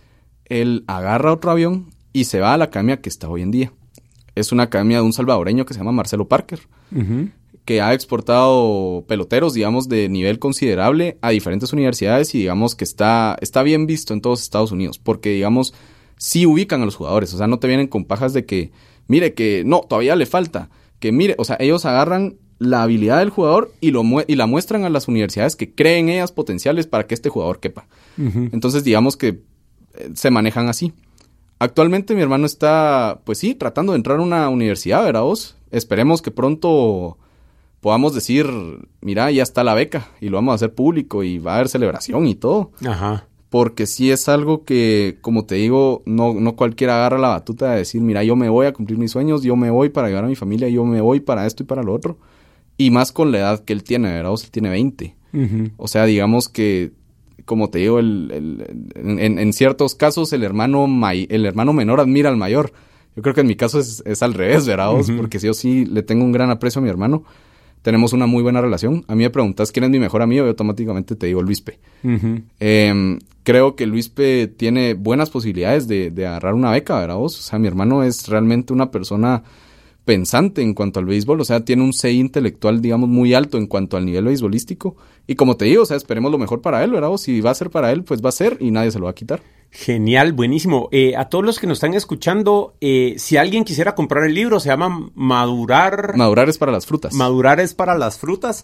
él agarra otro avión y se va a la academia que está hoy en día. Es una academia de un salvadoreño que se llama Marcelo Parker, uh-huh. que ha exportado peloteros, digamos, de nivel considerable a diferentes universidades y digamos que está, está bien visto en todos Estados Unidos, porque digamos, sí ubican a los jugadores, o sea, no te vienen con pajas de que, mire, que no, todavía le falta, que mire, o sea, ellos agarran la habilidad del jugador y, lo mu- y la muestran a las universidades que creen ellas potenciales para que este jugador quepa. Uh-huh. Entonces, digamos que eh, se manejan así. Actualmente mi hermano está, pues sí, tratando de entrar a una universidad, ¿verdad vos? Esperemos que pronto podamos decir, mira, ya está la beca y lo vamos a hacer público y va a haber celebración y todo. Ajá. Porque sí es algo que, como te digo, no, no cualquiera agarra la batuta de decir, mira, yo me voy a cumplir mis sueños, yo me voy para ayudar a mi familia, yo me voy para esto y para lo otro. Y más con la edad que él tiene, ¿verdad vos? Él tiene veinte. Uh-huh. O sea, digamos que... Como te digo, el, el, el, en, en ciertos casos el hermano may, el hermano menor admira al mayor. Yo creo que en mi caso es, es al revés, ¿verdad? Uh-huh. Porque yo sí le tengo un gran aprecio a mi hermano. Tenemos una muy buena relación. A mí me preguntas quién es mi mejor amigo y automáticamente te digo Luispe. Uh-huh. Eh, creo que Luispe tiene buenas posibilidades de, de agarrar una beca, ¿verdad vos? O sea, mi hermano es realmente una persona pensante en cuanto al béisbol, o sea, tiene un C I intelectual, digamos, muy alto en cuanto al nivel beisbolístico, y como te digo, o sea, esperemos lo mejor para él, ¿verdad? O si va a ser para él, pues va a ser y nadie se lo va a quitar. Genial, buenísimo. Eh, a todos los que nos están escuchando, eh, si alguien quisiera comprar el libro, se llama Madurar... Madurar es para las frutas. Madurar es para las frutas.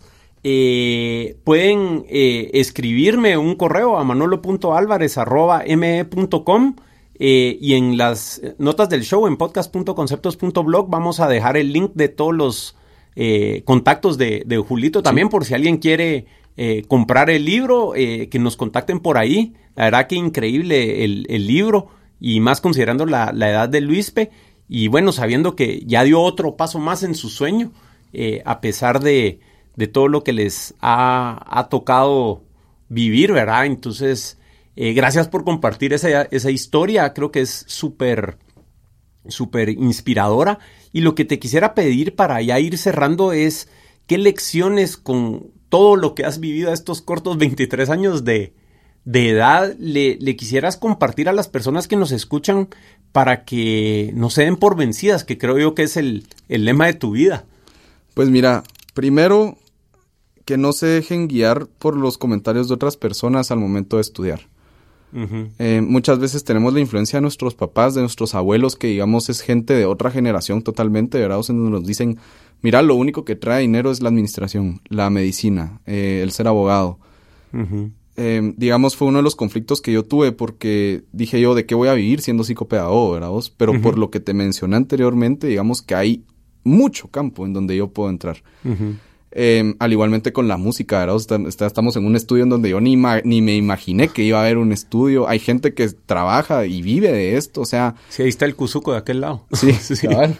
Eh, pueden eh, escribirme un correo a manolo punto alvarez arroba eme e punto com. Eh, y en las notas del show en podcast punto conceptos punto blog vamos a dejar el link de todos los eh, contactos de, de Julito también, sí. Por si alguien quiere eh, comprar el libro, eh, que nos contacten por ahí. La verdad que increíble el, el libro, y más considerando la, la edad de Luispe, y bueno, sabiendo que ya dio otro paso más en su sueño, eh, a pesar de, de todo lo que les ha, ha tocado vivir, ¿verdad? Entonces... Eh, gracias por compartir esa, esa historia, creo que es súper, súper inspiradora. Y lo que te quisiera pedir para ya ir cerrando es, ¿qué lecciones con todo lo que has vivido a estos cortos veintitrés años de, de edad le, le quisieras compartir a las personas que nos escuchan para que no se den por vencidas, que creo yo que es el, el lema de tu vida? Pues mira, primero, que no se dejen guiar por los comentarios de otras personas al momento de estudiar. Uh-huh. Eh, muchas veces tenemos la influencia de nuestros papás, de nuestros abuelos, que digamos es gente de otra generación totalmente, ¿verdad? En donde nos dicen, mira, lo único que trae dinero es la administración, la medicina, eh, el ser abogado. Uh-huh. Eh, digamos, fue uno de los conflictos que yo tuve porque dije yo, ¿de qué voy a vivir siendo psicopedagogo, verdad vos? Pero uh-huh. por lo que te mencioné anteriormente, digamos que hay mucho campo en donde yo puedo entrar. Uh-huh. Eh, al igualmente con la música, ¿verdad? Está, estamos en un estudio en donde yo ni, ma- ni me imaginé que iba a haber un estudio. Hay gente que trabaja y vive de esto, o sea... Sí, ahí está el Cuzuco de aquel lado. Sí, sí. Cabal.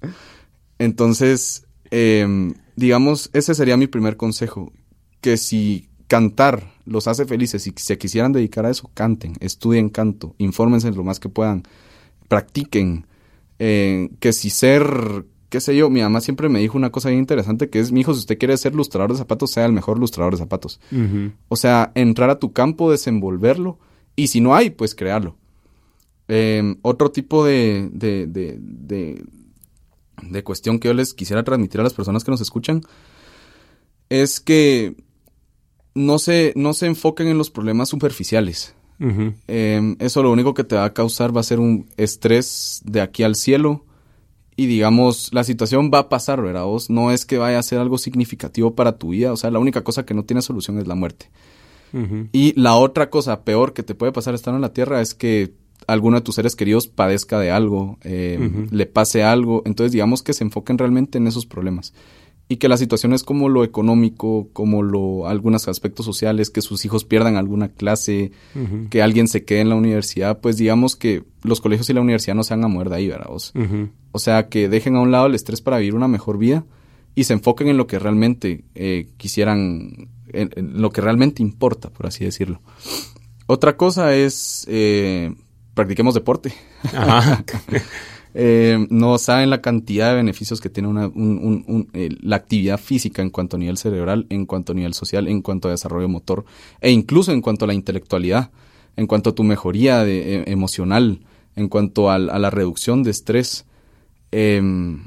Entonces, eh, digamos, ese sería mi primer consejo. Que si cantar los hace felices y si se quisieran dedicar a eso, canten, estudien canto, infórmense lo más que puedan, practiquen. Eh, que si ser... qué sé yo, mi mamá siempre me dijo una cosa bien interesante que es, mijo, si usted quiere ser lustrador de zapatos, sea el mejor lustrador de zapatos. Uh-huh. O sea, entrar a tu campo, desenvolverlo, y si no hay, pues crearlo. Eh, otro tipo de, de, de, de, de cuestión que yo les quisiera transmitir a las personas que nos escuchan es que no se, no se enfoquen en los problemas superficiales. Uh-huh. Eh, eso lo único que te va a causar va a ser un estrés de aquí al cielo. Y digamos, la situación va a pasar, ¿verdad? Vos no es que vaya a ser algo significativo para tu vida. O sea, la única cosa que no tiene solución es la muerte. Uh-huh. Y la otra cosa peor que te puede pasar estando en la tierra es que alguno de tus seres queridos padezca de algo, eh, uh-huh. le pase algo. Entonces, digamos que se enfoquen realmente en esos problemas. Y que las situaciones como lo económico, como lo algunos aspectos sociales, que sus hijos pierdan alguna clase, uh-huh. que alguien se quede en la universidad, pues digamos que los colegios y la universidad no se van a mover de ahí, ¿verdad? Uh-huh. O sea, que dejen a un lado el estrés para vivir una mejor vida y se enfoquen en lo que realmente eh, quisieran, en, en lo que realmente importa, por así decirlo. Otra cosa es, eh, practiquemos deporte. Ajá. Eh, no saben la cantidad de beneficios que tiene una, un, un, un, eh, la actividad física en cuanto a nivel cerebral, en cuanto a nivel social, en cuanto a desarrollo motor e incluso en cuanto a la intelectualidad, en cuanto a tu mejoría de, eh, emocional, en cuanto a, a la reducción de estrés. Eh,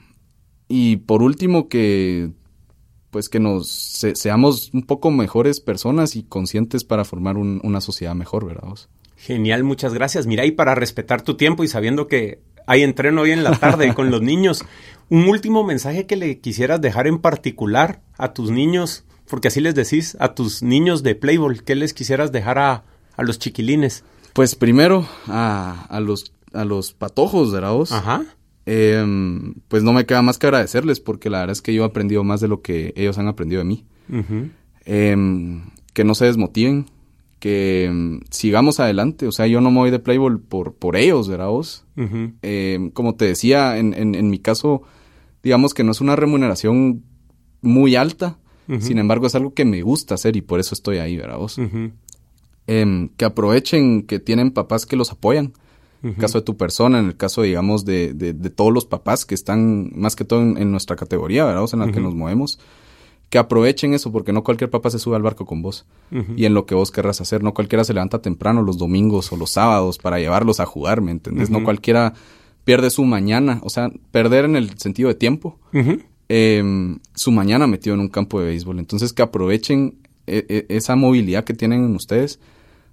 y por último, que pues que nos se, seamos un poco mejores personas y conscientes para formar un, una sociedad mejor, ¿verdad vos? Genial, muchas gracias. Mira, y para respetar tu tiempo y sabiendo que hay entreno hoy en la tarde con los niños, un último mensaje que le quisieras dejar en particular a tus niños, porque así les decís, a tus niños de Playboy, ¿qué les quisieras dejar a, a los chiquilines? Pues primero a, a los a los patojos, ¿verdad vos? Ajá. Eh, pues no me queda más que agradecerles, porque la verdad es que yo he aprendido más de lo que ellos han aprendido de mí. Uh-huh. Eh, que no se desmotiven, que um, sigamos adelante. O sea, yo no me voy de Playboy por, por ellos, ¿verdad vos? Uh-huh. Eh, como te decía, en, en, en mi caso, digamos que no es una remuneración muy alta. Uh-huh. Sin embargo, es algo que me gusta hacer y por eso estoy ahí, ¿verdad vos? Uh-huh. Eh, que aprovechen que tienen papás que los apoyan. Uh-huh. En el caso de tu persona, en el caso, digamos, de, de, de todos los papás que están más que todo en, en nuestra categoría, ¿verdad? O sea, en la uh-huh. que nos movemos. Que aprovechen eso, porque no cualquier papá se sube al barco con vos. Uh-huh. Y en lo que vos querrás hacer. No cualquiera se levanta temprano los domingos o los sábados para llevarlos a jugar, ¿me entendés? Uh-huh. No cualquiera pierde su mañana. O sea, perder en el sentido de tiempo. Uh-huh. Eh, su mañana metido en un campo de béisbol. Entonces, que aprovechen e- e- esa movilidad que tienen en ustedes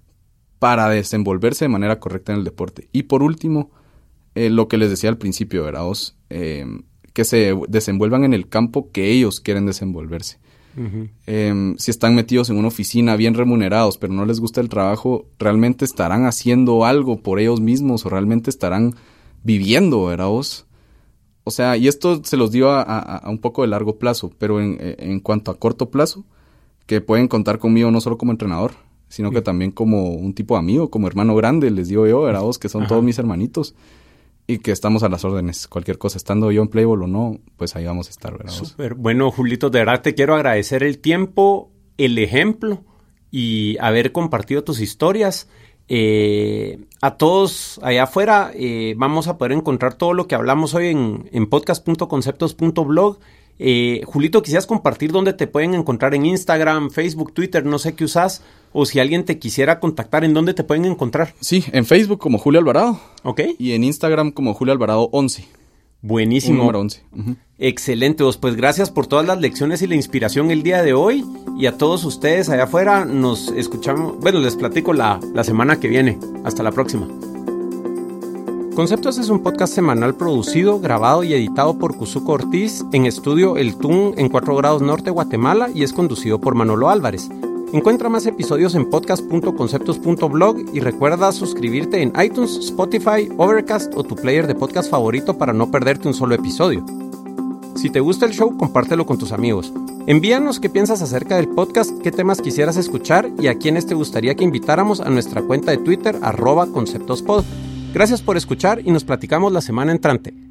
para desenvolverse de manera correcta en el deporte. Y por último, eh, lo que les decía al principio, ¿verdad vos? Eh, que se desenvuelvan en el campo que ellos quieren desenvolverse. Uh-huh. Eh, si están metidos en una oficina bien remunerados, pero no les gusta el trabajo, ¿realmente estarán haciendo algo por ellos mismos o realmente estarán viviendo, ¿verdad vos? O sea, y esto se los digo a, a, a un poco de largo plazo, pero en, en cuanto a corto plazo, que pueden contar conmigo no solo como entrenador, sino que también como un tipo de amigo, como hermano grande, les digo yo, ¿verdad vos? Que son Ajá. todos mis hermanitos. Y que estamos a las órdenes. Cualquier cosa, estando yo en Playboy o no, pues ahí vamos a estar, ¿verdad? Súper. Bueno, Julito, de verdad te quiero agradecer el tiempo, el ejemplo y haber compartido tus historias. Eh, a todos allá afuera eh, vamos a poder encontrar todo lo que hablamos hoy en, en podcast punto conceptos punto blog. Eh, Julito, ¿quisieras compartir dónde te pueden encontrar en Instagram, Facebook, Twitter, no sé qué usas? O si alguien te quisiera contactar, ¿en dónde te pueden encontrar? Sí, en Facebook como Julio Alvarado. Ok. Y en Instagram como Julio Alvarado once. Buenísimo. Un número once. Uh-huh. Excelente, pues gracias por todas las lecciones y la inspiración el día de hoy. Y a todos ustedes allá afuera nos escuchamos, bueno, les platico la, la semana que viene. Hasta la próxima. Conceptos es un podcast semanal producido, grabado y editado por Cuzuco Ortiz en estudio El Tun en cuatro grados norte, Guatemala, y es conducido por Manolo Álvarez. Encuentra más episodios en podcast punto conceptos punto blog y recuerda suscribirte en iTunes, Spotify, Overcast o tu player de podcast favorito para no perderte un solo episodio. Si te gusta el show, compártelo con tus amigos. Envíanos qué piensas acerca del podcast, qué temas quisieras escuchar y a quiénes te gustaría que invitáramos a nuestra cuenta de Twitter, arroba conceptospod. Gracias por escuchar y nos platicamos la semana entrante.